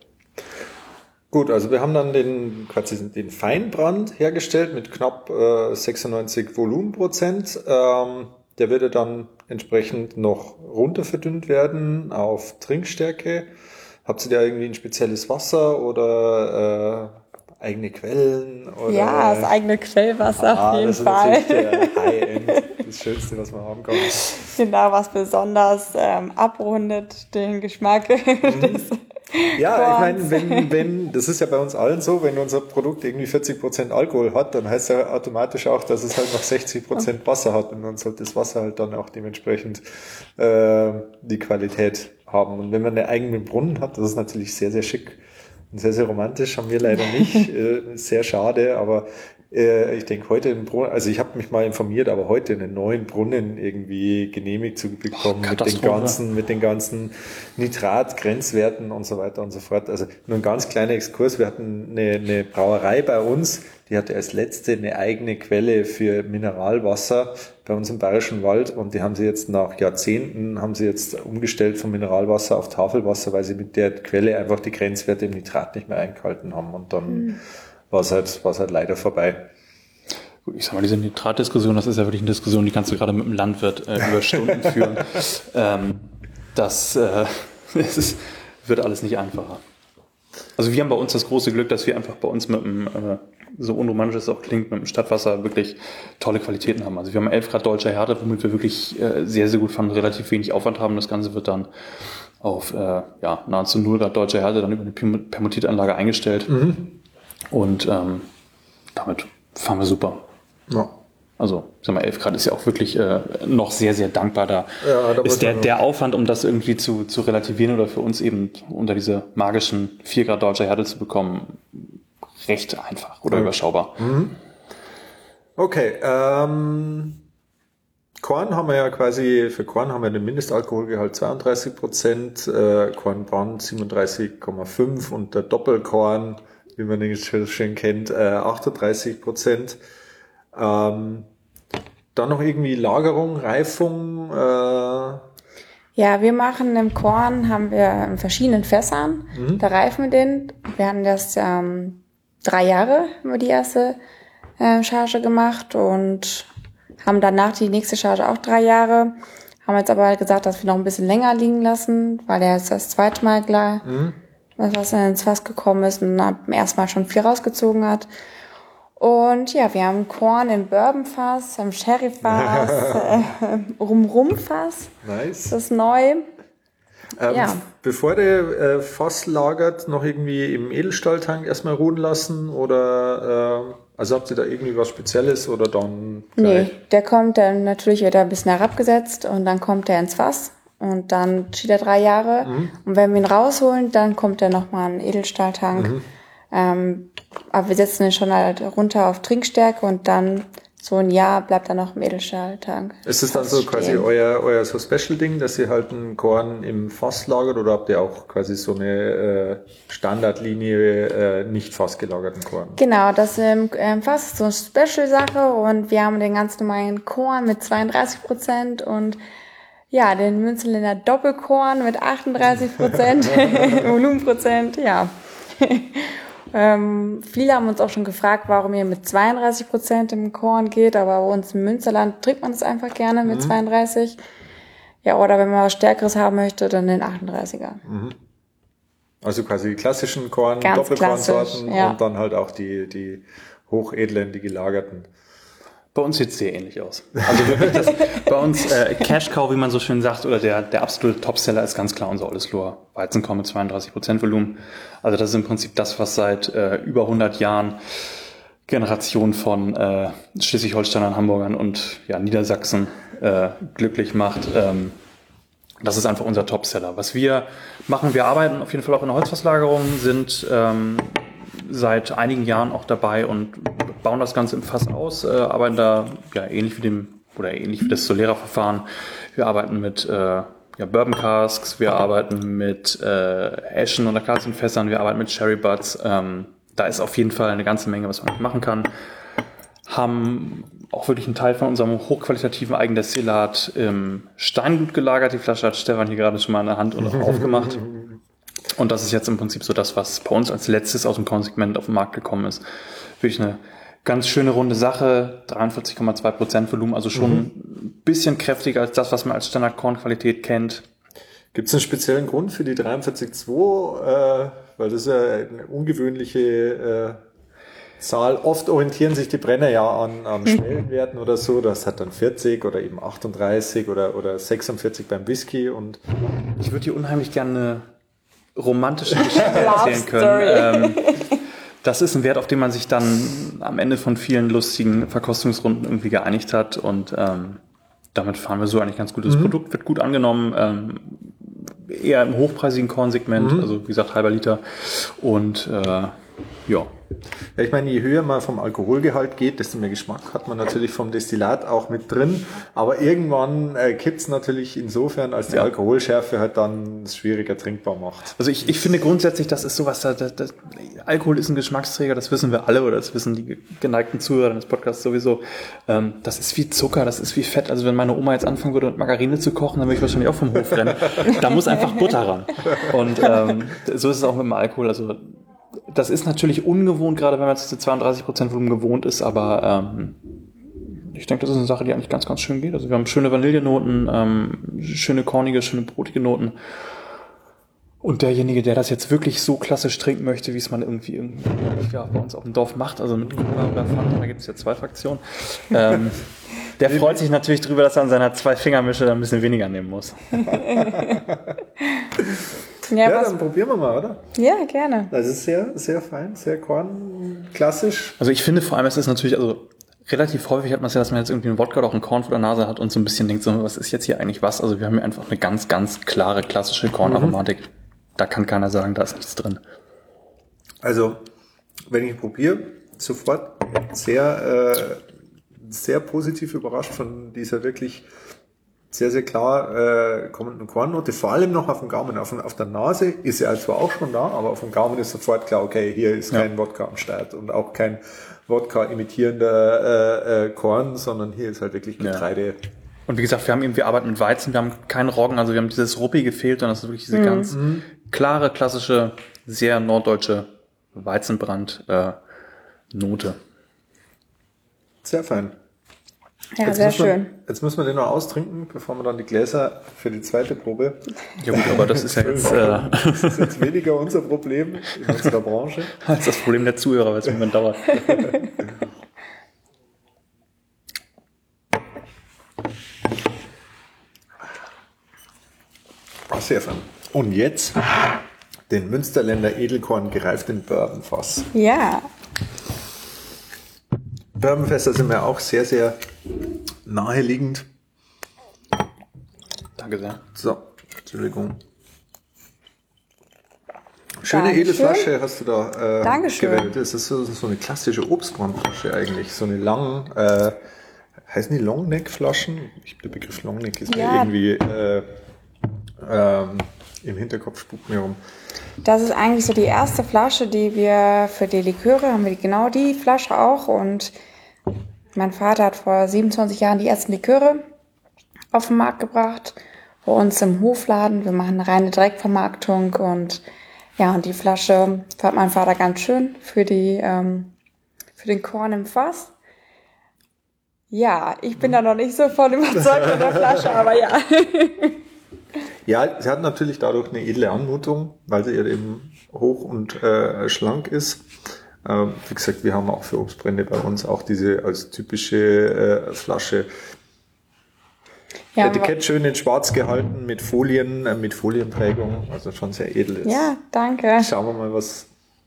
Gut, also wir haben dann den, quasi den Feinbrand hergestellt mit knapp äh, sechsundneunzig Volumenprozent. Ähm, der würde dann entsprechend noch runter verdünnt werden auf Trinkstärke. Habt ihr da irgendwie ein spezielles Wasser oder äh, eigene Quellen? Oder? Ja, das eigene Quellwasser ah, auf jeden das Fall. Das ist natürlich der High-End, das Schönste, was man haben kann. Genau, was besonders ähm, abrundet den Geschmack mhm. des Ja, Korns. ich meine, wenn, wenn, das ist ja bei uns allen so, wenn unser Produkt irgendwie vierzig Prozent Alkohol hat, dann heißt ja automatisch auch, dass es halt noch sechzig Prozent Wasser hat und dann sollte das Wasser halt dann auch dementsprechend äh, die Qualität haben. Und wenn man einen eigenen Brunnen hat, das ist natürlich sehr, sehr schick. Und sehr, sehr romantisch, haben wir leider nicht. äh, sehr schade, aber äh, ich denke heute einen Brunnen, also ich habe mich mal informiert, aber heute einen neuen Brunnen irgendwie genehmigt zu bekommen oh, mit den ganzen, mit den ganzen Nitratgrenzwerten und so weiter und so fort. Also nur ein ganz kleiner Exkurs. Wir hatten eine, eine Brauerei bei uns, die hatte als letzte eine eigene Quelle für Mineralwasser bei uns im Bayerischen Wald und die haben sie jetzt nach Jahrzehnten haben sie jetzt umgestellt von Mineralwasser auf Tafelwasser, weil sie mit der Quelle einfach die Grenzwerte im Nitrat nicht mehr eingehalten haben und dann mhm. war es halt, war es halt leider vorbei. Gut, ich sag mal, diese Nitratdiskussion, das ist ja wirklich eine Diskussion, die kannst du gerade mit dem Landwirt äh, über Stunden führen. ähm, das, äh, es ist, wird alles nicht einfacher. Also wir haben bei uns das große Glück, dass wir einfach bei uns mit dem, äh, so unromantisch es auch klingt, mit dem Stadtwasser wirklich tolle Qualitäten haben. Also wir haben elf Grad deutscher Härte, womit wir wirklich äh, sehr, sehr gut fanden, relativ wenig Aufwand haben. Das Ganze wird dann auf äh, ja, nahezu null Grad deutscher Härte dann über eine Permutitanlage eingestellt. Mhm. Und ähm, damit fahren wir super. Ja. Also, sag mal, elf Grad ist ja auch wirklich äh, noch sehr, sehr dankbar. Da, ja, da ist der, der Aufwand, um das irgendwie zu, zu relativieren oder für uns eben unter diese magischen vier Grad deutscher Härte zu bekommen, recht einfach oder mhm. überschaubar. Mhm. Okay, ähm, Korn haben wir ja quasi, für Korn haben wir den Mindestalkoholgehalt zweiunddreißig Prozent, äh, Kornbrand siebenunddreißig Komma fünf und der Doppelkorn, wie man den schön kennt, äh, achtunddreißig Prozent. Ähm, dann noch irgendwie Lagerung, Reifung. Äh ja, wir machen im Korn, haben wir in verschiedenen Fässern, mhm. da reifen wir den. Wir hatten das ähm, drei Jahre, haben wir die erste äh, Charge gemacht und haben danach die nächste Charge auch drei Jahre. Haben jetzt aber gesagt, dass wir noch ein bisschen länger liegen lassen, weil der jetzt das zweite Mal klar, mhm. was ins Fass gekommen ist und beim ersten Mal schon viel rausgezogen hat. Und ja, wir haben Korn im Bourbonfass, im Sherryfass, äh, Rum-Rum-Fass. Nice. Das ist neu. Ähm, ja. Bevor der äh, Fass lagert, noch irgendwie im Edelstahltank erstmal ruhen lassen oder äh, also habt ihr da irgendwie was Spezielles oder dann gleich? Nee, der kommt dann natürlich wieder ein bisschen herabgesetzt und dann kommt er ins Fass und dann steht er drei Jahre. Mhm. Und wenn wir ihn rausholen, dann kommt er nochmal in den Edelstahltank. Mhm. Ähm, aber wir setzen ihn schon halt runter auf Trinkstärke und dann so ein Jahr bleibt er noch im Edelstahltank. Ist es dann so stehen. quasi euer, euer so Special-Ding, dass ihr halt einen Korn im Fass lagert oder habt ihr auch quasi so eine äh, Standardlinie äh, nicht fassgelagerten Korn? Genau, das im ähm, Fass ist so eine Special-Sache und wir haben den ganz normalen Korn mit zweiunddreißig Prozent und ja, den Münsterländer Doppelkorn mit achtunddreißig Prozent Volumenprozent, ja. Ähm, viele haben uns auch schon gefragt, warum ihr mit zweiunddreißig Prozent im Korn geht, aber bei uns im Münsterland trinkt man das einfach gerne mit mhm. zweiunddreißig. Ja, oder wenn man was Stärkeres haben möchte, dann den achtunddreißiger. Mhm. Also quasi die klassischen Korn, Ganz Doppelkornsorten ja. und dann halt auch die, die hochedlen, die gelagerten. Bei uns sieht es sehr ähnlich aus. Also wirklich, das, bei uns äh, Cash Cow, wie man so schön sagt, oder der der absolute Topseller ist ganz klar unser Oldesloher Weizenkorn mit zweiunddreißig Prozent Volumen. Also das ist im Prinzip das, was seit äh, über hundert Jahren Generationen von äh, Schleswig-Holsteinern, Hamburgern und ja, Niedersachsen äh, glücklich macht. Ähm, das ist einfach unser Topseller. Was wir machen, wir arbeiten auf jeden Fall auch in der Holzfasslagerung, sind ähm, seit einigen Jahren auch dabei und bauen das Ganze im Fass aus, äh, arbeiten da ja ähnlich wie dem oder ähnlich wie das Solera-Verfahren. Wir arbeiten mit äh, ja, Bourbon Casks, wir arbeiten mit äh, Ashen oder Akazienfässern, wir arbeiten mit Sherry Butts. Ähm, da ist auf jeden Fall eine ganze Menge, was man machen kann. Haben auch wirklich einen Teil von unserem hochqualitativen Eigendestillat im Steingut gelagert. Die Flasche hat Stefan hier gerade schon mal in der Hand und aufgemacht. Und das ist jetzt im Prinzip so das, was bei uns als letztes aus dem Kornsegment auf den Markt gekommen ist. Wirklich eine ganz schöne runde Sache, dreiundvierzig Komma zwei Prozent Volumen, also schon mhm. ein bisschen kräftiger als das, was man als Standard-Kornqualität kennt. Gibt es einen speziellen Grund für die dreiundvierzig Komma zwei? Äh, weil das ist ja eine ungewöhnliche äh, Zahl. Oft orientieren sich die Brenner ja an, an Schwellenwerten oder so. Das hat dann vierzig oder eben achtunddreißig oder, oder sechsundvierzig beim Whisky. Und ich würde hier unheimlich gerne romantische Geschichte erzählen können. Ähm, das ist ein Wert, auf den man sich dann am Ende von vielen lustigen Verkostungsrunden irgendwie geeinigt hat und ähm, damit fahren wir so eigentlich ganz gut. Das mhm. Produkt wird gut angenommen, ähm, eher im hochpreisigen Kornsegment, mhm. also wie gesagt halber Liter und äh, ja. Ja, ich meine, je höher man vom Alkoholgehalt geht, desto mehr Geschmack hat man natürlich vom Destillat auch mit drin. Aber irgendwann äh, kippt es natürlich insofern, als die ja. Alkoholschärfe halt dann es schwieriger trinkbar macht. Also ich, ich finde grundsätzlich, das ist sowas, das, das, Alkohol ist ein Geschmacksträger, das wissen wir alle oder das wissen die geneigten Zuhörer des Podcasts sowieso. Ähm, das ist wie Zucker, das ist wie Fett. Also wenn meine Oma jetzt anfangen würde, mit Margarine zu kochen, dann würde ich wahrscheinlich auch vom Hof rennen. Da muss einfach Butter ran. Und ähm, so ist es auch mit dem Alkohol. Also das ist natürlich ungewohnt, gerade wenn man jetzt diese zweiunddreißig Prozent Volumen gewohnt ist, aber ähm, ich denke, das ist eine Sache, die eigentlich ganz, ganz schön geht. Also wir haben schöne Vanillenoten, ähm, schöne kornige, schöne brotige Noten. Und derjenige, der das jetzt wirklich so klassisch trinken möchte, wie es man irgendwie, irgendwie ja, bei uns auf dem Dorf macht, also mit Cola oder Fanta, da gibt es ja zwei Fraktionen, ähm, der freut sich natürlich drüber, dass er an seiner Zwei-Finger-Mische dann ein bisschen weniger nehmen muss. Ja, ja dann probieren wir mal, oder? Ja, gerne. Das ist sehr, sehr fein, sehr korn, klassisch. Also ich finde vor allem, es ist natürlich, also relativ häufig hat man es ja, dass man jetzt irgendwie einen Wodka oder auch einen Korn vor der Nase hat und so ein bisschen denkt, so, was ist jetzt hier eigentlich was? Also wir haben hier einfach eine ganz, ganz klare, klassische Kornaromatik. Mhm. Da kann keiner sagen, da ist nichts drin. Also, wenn ich probiere, sofort sehr, äh, sehr positiv überrascht von dieser wirklich sehr, sehr klar äh, kommenden Kornnote, vor allem noch auf dem Gaumen. Auf, auf der Nase ist er zwar auch schon da, aber auf dem Gaumen ist sofort klar, okay, hier ist kein ja. Wodka am Start und auch kein Wodka imitierender äh, äh, Korn, sondern hier ist halt wirklich Getreide. Ja. Und wie gesagt, wir haben eben, wir arbeiten mit Weizen, wir haben keinen Roggen, also wir haben dieses Ruppi gefehlt, sondern das ist wirklich diese mhm. ganz mhm. klare, klassische, sehr norddeutsche Weizenbrand-Note. Äh, sehr fein. Ja, jetzt sehr schön. Wir, jetzt müssen wir den noch austrinken, bevor wir dann die Gläser für die zweite Probe. Ja gut, aber das ist ja jetzt, äh das ist jetzt weniger unser Problem in unserer Branche. als das Problem der Zuhörer, weil es im Moment dauert. Sehr fein. Und jetzt den Münsterländer Edelkorn gereift in Bourbonfass. Ja. Bourbonfässer sind mir auch sehr, sehr naheliegend. Danke sehr. So, Entschuldigung. Schöne Edelflasche hast du da äh, Dankeschön. gewählt. Das ist so, so eine klassische Obstbrandflasche eigentlich. So eine lang, äh, heißen die Longneck-Flaschen? Der Begriff Longneck ist ja. mir irgendwie äh, ähm, im Hinterkopf, spukt mir rum. Das ist eigentlich so die erste Flasche, die wir für die Liköre haben wir genau die Flasche auch. Und mein Vater hat vor siebenundzwanzig Jahren die ersten Liköre auf den Markt gebracht. Bei uns im Hofladen. Wir machen eine reine Direktvermarktung und ja, und die Flasche fand mein Vater ganz schön für die ähm, für den Korn im Fass. Ja, ich bin da noch nicht so voll überzeugt von der Flasche, aber ja. Ja, sie hat natürlich dadurch eine edle Anmutung, weil sie eben hoch und äh, schlank ist. Ähm, wie gesagt, wir haben auch für Obstbrände bei uns auch diese als typische äh, Flasche. Ja, Etikett schön in schwarz gehalten, mit Folien, äh, mit Folienprägung, also schon sehr edel ist. Ja, danke. Schauen wir mal, was...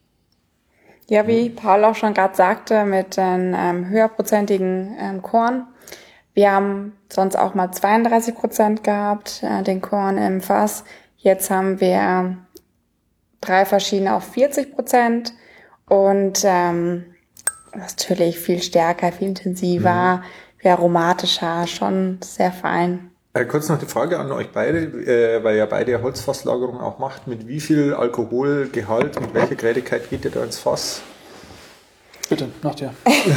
Ja, wie Paul auch schon gerade sagte, mit einem ähm, höherprozentigen ähm, Korn. Wir haben sonst auch mal zweiunddreißig Prozent gehabt, äh, den Korn im Fass. Jetzt haben wir drei verschiedene auf vierzig Prozent und ähm, natürlich viel stärker, viel intensiver, mhm. viel aromatischer, schon sehr fein. Äh, kurz noch die Frage an euch beide, äh, weil ihr beide Holzfasslagerung auch macht. Mit wie viel Alkoholgehalt und welcher Grädigkeit geht ihr da ins Fass? Bitte, nach dir.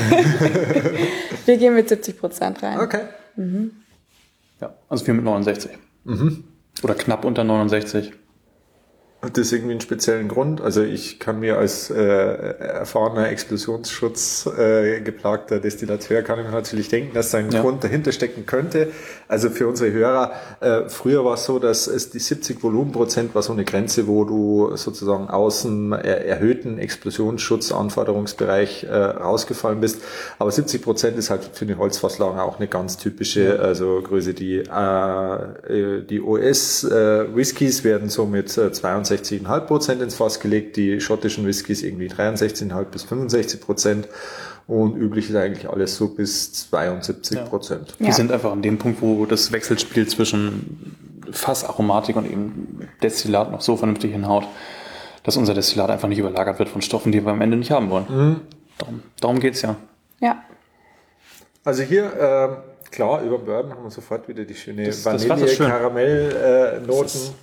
Wir gehen mit siebzig Prozent rein. Okay. Mhm. Ja, also wir mit neunundsechzig. Mhm. Oder knapp unter neunundsechzig. Hat das irgendwie einen speziellen Grund? Also ich kann mir als äh, erfahrener Explosionsschutz äh, geplagter Destillateur kann ich mir natürlich denken, dass da ein ja. Grund dahinter stecken könnte. Also für unsere Hörer, äh, früher war es so, dass es die siebzig Volumenprozent war so eine Grenze, wo du sozusagen außen er, erhöhten Explosionsschutzanforderungsbereich äh, rausgefallen bist. Aber siebzig Prozent ist halt für eine Holzfasslagerung auch eine ganz typische ja. also Größe. Die äh, die O S äh, Whiskys werden so mit äh, zweiundsechzig Komma fünf Prozent ins Fass gelegt, die schottischen Whiskys irgendwie dreiundsechzig Komma fünf bis fünfundsechzig Prozent und üblich ist eigentlich alles so bis zweiundsiebzig Prozent. Ja. Wir ja. sind einfach an dem Punkt, wo das Wechselspiel zwischen Fassaromatik und eben Destillat noch so vernünftig hinhaut, dass unser Destillat einfach nicht überlagert wird von Stoffen, die wir am Ende nicht haben wollen. Mhm. Darum, darum geht's ja. Ja. Also hier, ähm, klar, über Bourbon haben wir sofort wieder die schöne Vanille-Karamell-Noten.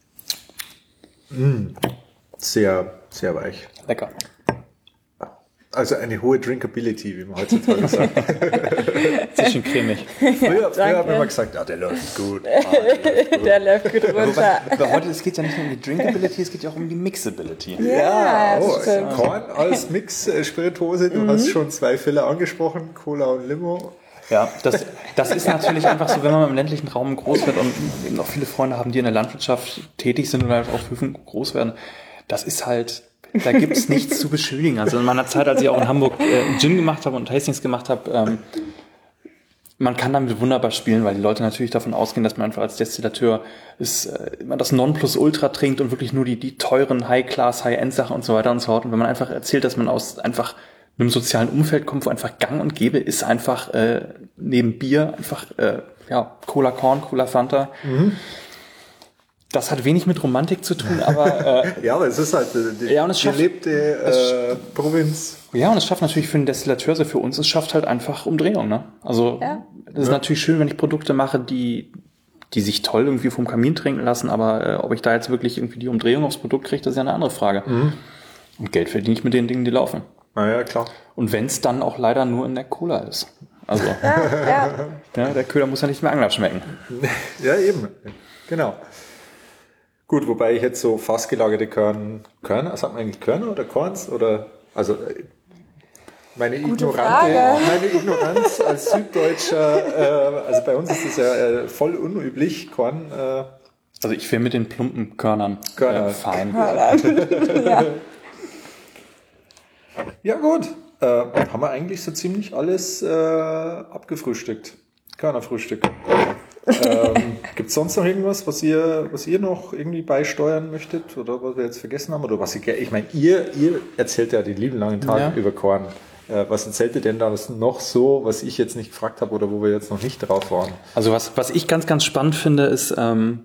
Mmh. Sehr, sehr weich. Lecker. Also eine hohe Drinkability, wie man heutzutage sagt. Zwischen cremig. Früher, früher haben wir immer gesagt, ja, der läuft gut. Ah, der läuft gut. Der läuft gut runter. Aber heute, es geht ja nicht nur um die Drinkability, es geht ja auch um die Mixability. Ja, oh, stimmt. Korn als Mix-Spirituose, du mhm. hast schon zwei Fälle angesprochen, Cola und Limo. Ja, das, das ist natürlich einfach so, wenn man im ländlichen Raum groß wird und eben auch viele Freunde haben, die in der Landwirtschaft tätig sind oder halt auf Höfen groß werden, das ist halt, da gibt's nichts zu beschönigen. Also in meiner Zeit, als ich auch in Hamburg äh, Gin gemacht habe und Tastings gemacht habe, ähm, man kann damit wunderbar spielen, weil die Leute natürlich davon ausgehen, dass man einfach als Destillateur ist, äh, immer das Nonplusultra trinkt und wirklich nur die, die teuren High-Class, High-End-Sachen und so weiter und so fort. Und wenn man einfach erzählt, dass man aus einfach einem sozialen Umfeld kommt, wo einfach gang und gäbe ist, einfach äh, neben Bier einfach äh, ja Cola Korn, Cola Fanta. Mhm. Das hat wenig mit Romantik zu tun, aber äh, ja, aber es ist halt die ja, und es schafft, gelebte äh, Provinz. Ja, und es schafft natürlich für den Destillateur, also für uns, es schafft halt einfach Umdrehung, ne? Also ja. Das ist ja. natürlich schön, wenn ich Produkte mache, die die sich toll irgendwie vom Kamin trinken lassen, aber äh, ob ich da jetzt wirklich irgendwie die Umdrehung aufs Produkt kriege, das ist ja eine andere Frage. Mhm. Und Geld verdiene ich mit den Dingen, die laufen. Na ja, klar. Und wenn es dann auch leider nur in der Cola ist. Also, ja, ja. Ja, der Köder muss ja nicht mehr Angler schmecken. Ja, eben. Genau. Gut, wobei ich jetzt so fast gelagerte Körner, Körner, sagt man eigentlich Körner oder Korns? Oder, also, meine, ignorante, meine Ignoranz als Süddeutscher, äh, also bei uns ist das ja äh, voll unüblich, Korn. Äh, also ich will mit den plumpen Körnern Körner. Äh, fein. ja. Ja gut, äh, haben wir eigentlich so ziemlich alles äh, abgefrühstückt. Körnerfrühstück. ähm, Gibt es sonst noch irgendwas, was ihr, was ihr noch irgendwie beisteuern möchtet oder was wir jetzt vergessen haben? Oder was ihr, ich meine, ihr, ihr erzählt ja den lieben langen Tag ja. über Korn. Äh, was erzählt ihr denn da noch so, was ich jetzt nicht gefragt habe oder wo wir jetzt noch nicht drauf waren? Also was, was ich ganz, ganz spannend finde, ist ähm,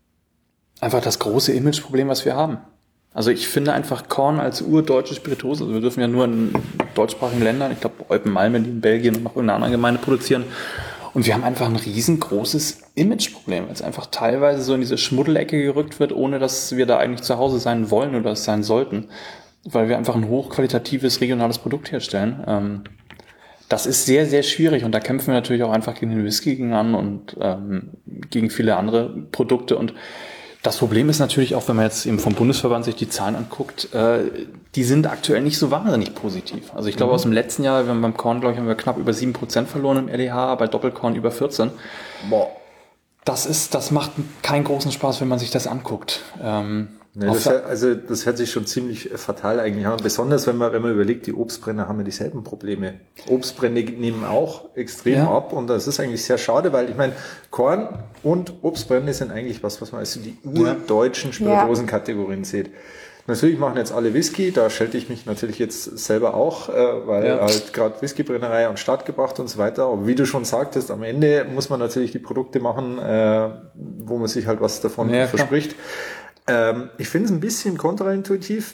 einfach das große Imageproblem, was wir haben. Also ich finde einfach Korn als urdeutsche Spirituose, also wir dürfen ja nur in deutschsprachigen Ländern, ich glaube Eupen-Malmö, die in Belgien und noch irgendeiner anderen Gemeinde produzieren. Und wir haben einfach ein riesengroßes Imageproblem, weil es einfach teilweise so in diese Schmuddelecke gerückt wird, ohne dass wir da eigentlich zu Hause sein wollen oder es sein sollten. Weil wir einfach ein hochqualitatives regionales Produkt herstellen. Ähm, das ist sehr, sehr schwierig und da kämpfen wir natürlich auch einfach gegen den Whisky gegen an und ähm, gegen viele andere Produkte. Und das Problem ist natürlich auch, wenn man jetzt eben vom Bundesverband sich die Zahlen anguckt, äh, die sind aktuell nicht so wahnsinnig positiv. Also ich glaube, mhm. aus dem letzten Jahr, wir haben beim Korn, glaube ich, haben wir knapp über sieben Prozent verloren im L E H, bei Doppelkorn über vierzehn. Boah. Das ist, das macht keinen großen Spaß, wenn man sich das anguckt. Ähm, Nee, das hört, also das hört sich schon ziemlich fatal eigentlich an. Besonders wenn man wenn man überlegt, die Obstbrenner haben ja dieselben Probleme. Obstbrände nehmen auch extrem ja. ab und das ist eigentlich sehr schade, weil ich meine, Korn und Obstbrände sind eigentlich was, was man als die urdeutschen Spirituosenkategorien sieht. Natürlich machen jetzt alle Whisky, da schelte ich mich natürlich jetzt selber auch, äh, weil ja. halt gerade Whiskybrennerei an den Start gebracht und so weiter. Aber wie du schon sagtest, am Ende muss man natürlich die Produkte machen, äh, wo man sich halt was davon ja, verspricht. Ähm, ich finde es ein bisschen kontraintuitiv,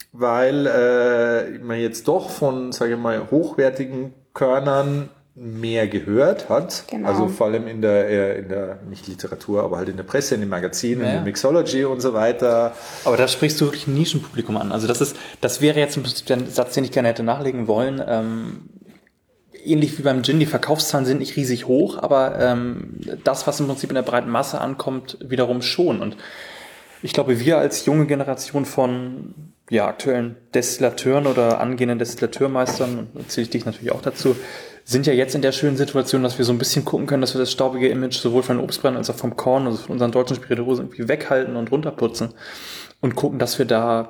weil äh, man jetzt doch von, sage ich mal, hochwertigen Körnern mehr gehört hat. Genau. Also vor allem in der, äh, in der, nicht Literatur, aber halt in der Presse, in den Magazinen, ja. in der Mixology und so weiter. Aber da sprichst du wirklich ein Nischenpublikum an. Also das ist, das wäre jetzt ein Satz, den ich gerne hätte nachlegen wollen. Ähm, ähnlich wie beim Gin, die Verkaufszahlen sind nicht riesig hoch, aber ähm, das, was im Prinzip in der breiten Masse ankommt, wiederum schon. Und ich glaube, wir als junge Generation von ja, aktuellen Destillateuren oder angehenden Destillateurmeistern, und zähle ich dich natürlich auch dazu, sind ja jetzt in der schönen Situation, dass wir so ein bisschen gucken können, dass wir das staubige Image sowohl von den Obstbrennern als auch vom Korn, also von unseren deutschen Spirituosen irgendwie weghalten und runterputzen und gucken, dass wir da,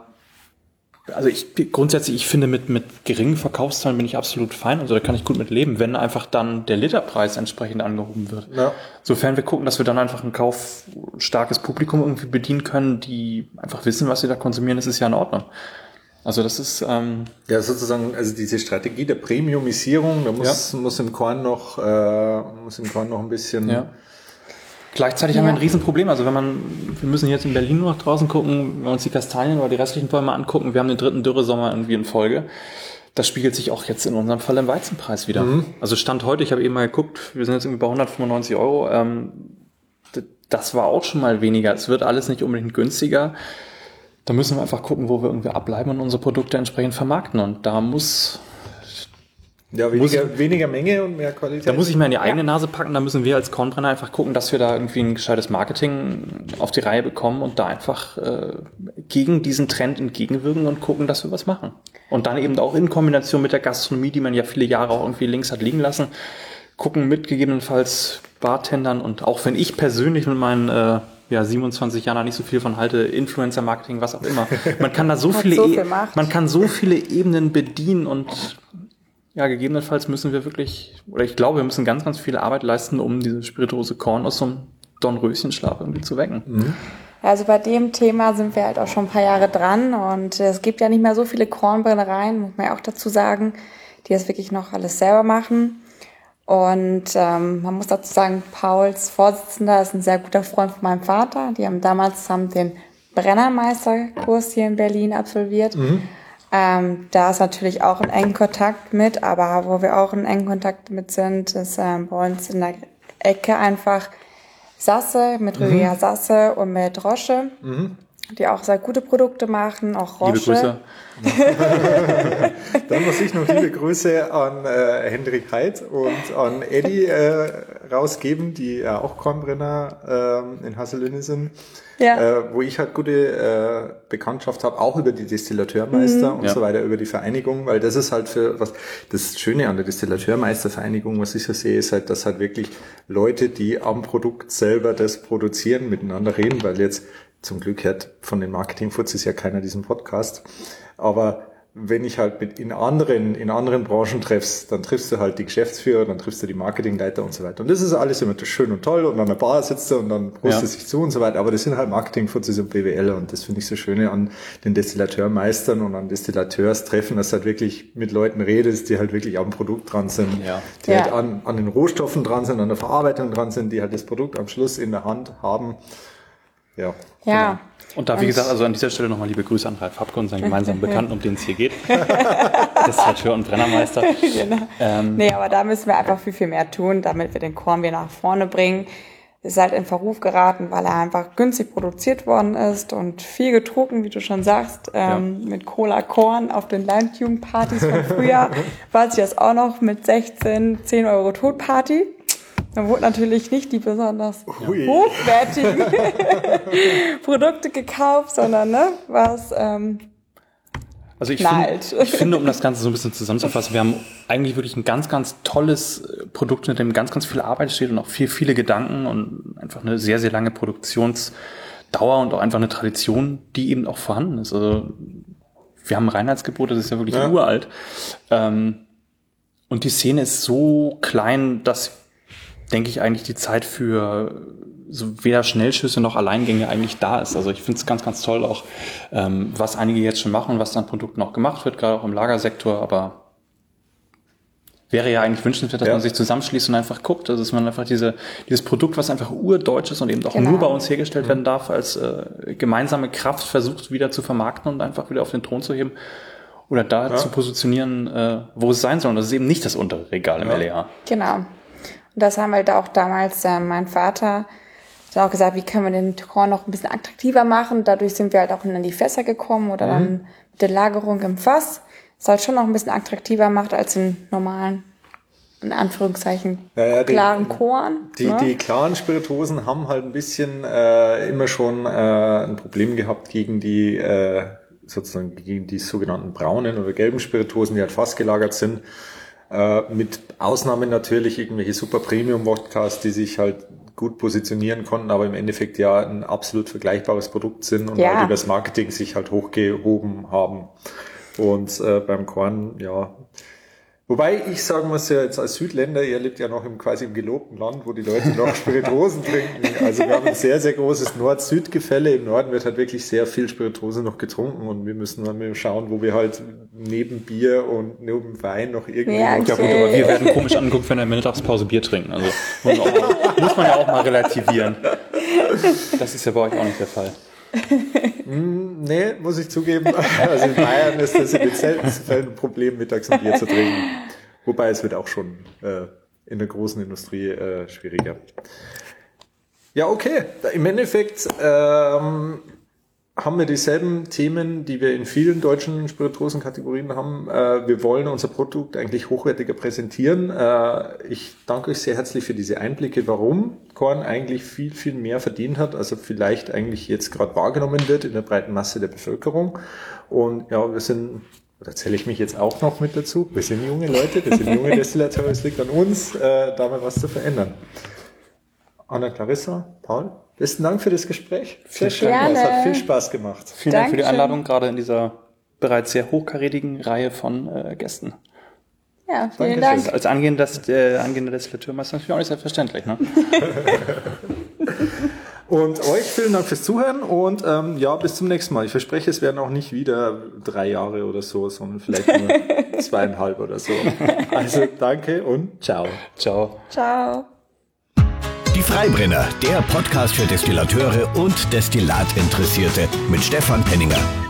also ich grundsätzlich, ich finde, mit, mit geringen Verkaufszahlen bin ich absolut fein, also da kann ich gut mit leben, wenn einfach dann der Literpreis entsprechend angehoben wird. Ja. Sofern wir gucken, dass wir dann einfach ein kaufstarkes Publikum irgendwie bedienen können, die einfach wissen, was sie da konsumieren, das ist ja in Ordnung. Also das ist ähm ja sozusagen, also diese Strategie der Premiumisierung, da muss ja. muss im Korn noch äh, muss im Korn noch ein bisschen. Ja. Gleichzeitig ja. haben wir ein Riesenproblem. Also wenn man, wir müssen jetzt in Berlin nur nach draußen gucken, wenn wir uns die Kastanien oder die restlichen Bäume angucken, wir haben den dritten Dürresommer irgendwie in Folge. Das spiegelt sich auch jetzt in unserem Fall im Weizenpreis wieder. Mhm. Also Stand heute, ich habe eben mal geguckt, wir sind jetzt irgendwie bei hundertfünfundneunzig Euro. Ähm, das war auch schon mal weniger. Es wird alles nicht unbedingt günstiger. Da müssen wir einfach gucken, wo wir irgendwie abbleiben und unsere Produkte entsprechend vermarkten. Und da muss Ja, weniger, ich, weniger Menge und mehr Qualität. Da muss ich mir in die eigene ja. Nase packen, da müssen wir als Kornbrenner einfach gucken, dass wir da irgendwie ein gescheites Marketing auf die Reihe bekommen und da einfach äh, gegen diesen Trend entgegenwirken und gucken, dass wir was machen. Und dann eben auch in Kombination mit der Gastronomie, die man ja viele Jahre auch irgendwie links hat liegen lassen, gucken mit gegebenenfalls Bartendern und auch wenn ich persönlich mit meinen äh, ja, siebenundzwanzig Jahren nicht so viel von halte, Influencer-Marketing, was auch immer. Man kann da so viele, so e- man kann so viele Ebenen bedienen und ja, gegebenenfalls müssen wir wirklich, oder ich glaube, wir müssen ganz, ganz viel Arbeit leisten, um diese Spirituose Korn aus so einem Dornröschenschlaf irgendwie zu wecken. Mhm. Also bei dem Thema sind wir halt auch schon ein paar Jahre dran und es gibt ja nicht mehr so viele Kornbrennereien, muss man ja auch dazu sagen, die das wirklich noch alles selber machen. Und ähm, man muss dazu sagen, Pauls Vorsitzender ist ein sehr guter Freund von meinem Vater. Die haben damals zusammen den Brennermeisterkurs hier in Berlin absolviert. Mhm. Ähm, da ist natürlich auch ein engen Kontakt mit, aber wo wir auch in engen Kontakt mit sind, ist ähm, bei uns in der Ecke einfach Sasse, mit Rüdiger mhm. Sasse und mit Roche, mhm. die auch sehr gute Produkte machen, auch Roche. Liebe Grüße. Dann muss ich noch liebe Grüße an äh, Hendrik Heid und an Eddie äh, rausgeben, die ja auch Kornbrenner ähm, in Hasselünne sind. Ja. Äh, wo ich halt gute äh, Bekanntschaft habe, auch über die Destillateurmeister mhm. und ja. so weiter, über die Vereinigung, weil das ist halt für was, das Schöne an der Destillateurmeistervereinigung, was ich so sehe, ist halt, dass halt wirklich Leute, die am Produkt selber das produzieren, miteinander reden, weil jetzt zum Glück hört von den Marketing-Fuzis ja keiner diesen Podcast, aber wenn ich halt mit in anderen, in anderen Branchen treffst, dann triffst du halt die Geschäftsführer, dann triffst du die Marketingleiter und so weiter. Und das ist alles immer schön und toll und an der Bar sitzt du und dann prostet ja. sich zu und so weiter. Aber das sind halt Marketingfuzis und B W L und das finde ich so schön an den Destillateurmeistern und an Destillateurstreffen, dass du halt wirklich mit Leuten redest, die halt wirklich am Produkt dran sind, ja. die ja. halt an, an den Rohstoffen dran sind, an der Verarbeitung dran sind, die halt das Produkt am Schluss in der Hand haben. Ja. Ja. Genau. Und da, wie gesagt, also an dieser Stelle nochmal liebe Grüße an Ralf Hapke und seinen gemeinsamen Bekannten, um den es hier geht. Destillateur und Brennermeister. Genau. Ähm, nee, aber da müssen wir einfach viel, viel mehr tun, damit wir den Korn wieder nach vorne bringen. Ist halt in Verruf geraten, weil er einfach günstig produziert worden ist und viel getrunken, wie du schon sagst, ähm, ja. mit Cola Korn auf den Landjugendpartys von früher. Weiß ich das auch noch mit sechzehn, zehn Euro Todparty. Da wurden natürlich nicht die besonders Ui. hochwertigen Produkte gekauft, sondern ne, was ähm, Also ich, find, ich finde, um das Ganze so ein bisschen zusammenzufassen, wir haben eigentlich wirklich ein ganz, ganz tolles Produkt, mit dem ganz, ganz viel Arbeit steht und auch viel, viele Gedanken und einfach eine sehr, sehr lange Produktionsdauer und auch einfach eine Tradition, die eben auch vorhanden ist. Also wir haben ein Reinheitsgebot, das ist ja wirklich ja. uralt. Und die Szene ist so klein, dass denke ich, eigentlich die Zeit für so weder Schnellschüsse noch Alleingänge eigentlich da ist. Also ich finde es ganz, ganz toll auch, ähm, was einige jetzt schon machen und was an Produkten auch gemacht wird, gerade auch im Lagersektor, aber wäre ja eigentlich wünschenswert, dass ja. man sich zusammenschließt und einfach guckt, also dass man einfach diese dieses Produkt, was einfach urdeutsch ist und eben auch genau. nur bei uns hergestellt mhm. werden darf, als äh, gemeinsame Kraft versucht wieder zu vermarkten und einfach wieder auf den Thron zu heben oder da ja. zu positionieren, äh, wo es sein soll. Und das ist eben nicht das untere Regal im ja. L E A. Genau. Das haben halt auch damals äh, mein Vater hat auch gesagt, wie können wir den Korn noch ein bisschen attraktiver machen. Dadurch sind wir halt auch in die Fässer gekommen oder mhm. dann mit der Lagerung im Fass. Das halt schon noch ein bisschen attraktiver macht als den normalen, in Anführungszeichen, ja, ja, klaren die, Korn. Die, ne? die klaren Spirituosen haben halt ein bisschen äh, immer schon äh, ein Problem gehabt gegen die äh, sozusagen gegen die sogenannten braunen oder gelben Spirituosen, die halt fassgelagert sind. Äh, mit Ausnahmen natürlich irgendwelche super Premium-Wodkas, die sich halt gut positionieren konnten, aber im Endeffekt ja ein absolut vergleichbares Produkt sind und ja. halt über das Marketing sich halt hochgehoben haben. Und äh, beim Korn, ja. Wobei ich sagen muss ja jetzt als Südländer, ihr lebt ja noch im quasi im gelobten Land, wo die Leute noch Spirituosen trinken. Also wir haben ein sehr, sehr großes Nord-Süd-Gefälle. Im Norden wird halt wirklich sehr viel Spirituose noch getrunken und wir müssen dann schauen, wo wir halt neben Bier und neben Wein noch irgendwie... Ja, okay. ja gut, aber wir werden komisch angeguckt, wenn wir in der Mittagspause Bier trinken. Also muss man, auch, muss man ja auch mal relativieren. Das ist ja bei euch auch nicht der Fall. Mm, nee, muss ich zugeben. Also in Bayern ist das in den seltensten Fällen ein Problem, mittags ein Bier zu trinken. Wobei es wird auch schon äh, in der großen Industrie äh, schwieriger. Ja, okay. Im Endeffekt ähm, haben wir dieselben Themen, die wir in vielen deutschen Spirituosenkategorien haben. Äh, wir wollen unser Produkt eigentlich hochwertiger präsentieren. Äh, ich danke euch sehr herzlich für diese Einblicke, warum Korn eigentlich viel, viel mehr verdient hat, also vielleicht eigentlich jetzt gerade wahrgenommen wird in der breiten Masse der Bevölkerung. Und ja, wir sind, da zähle ich mich jetzt auch noch mit dazu, wir sind junge Leute, wir sind junge Destillateure, es liegt an uns, äh, da mal was zu verändern. Anna Clarissa, Paul, besten Dank für das Gespräch. Sehr schön, es hat viel Spaß gemacht. Vielen Dank für die Einladung, gerade in dieser bereits sehr hochkarätigen Reihe von äh, Gästen. Ja, vielen Dankeschön. Dank. Als angehender, äh, angehender Destillateurmeister natürlich auch nicht selbstverständlich, ne? Und euch vielen Dank fürs Zuhören und ähm, ja, bis zum nächsten Mal. Ich verspreche, es werden auch nicht wieder drei Jahre oder so, sondern vielleicht nur zweieinhalb oder so. Also danke und ciao. Ciao. Ciao. Die Freibrenner, der Podcast für Destillateure und Destillatinteressierte mit Stefan Penninger.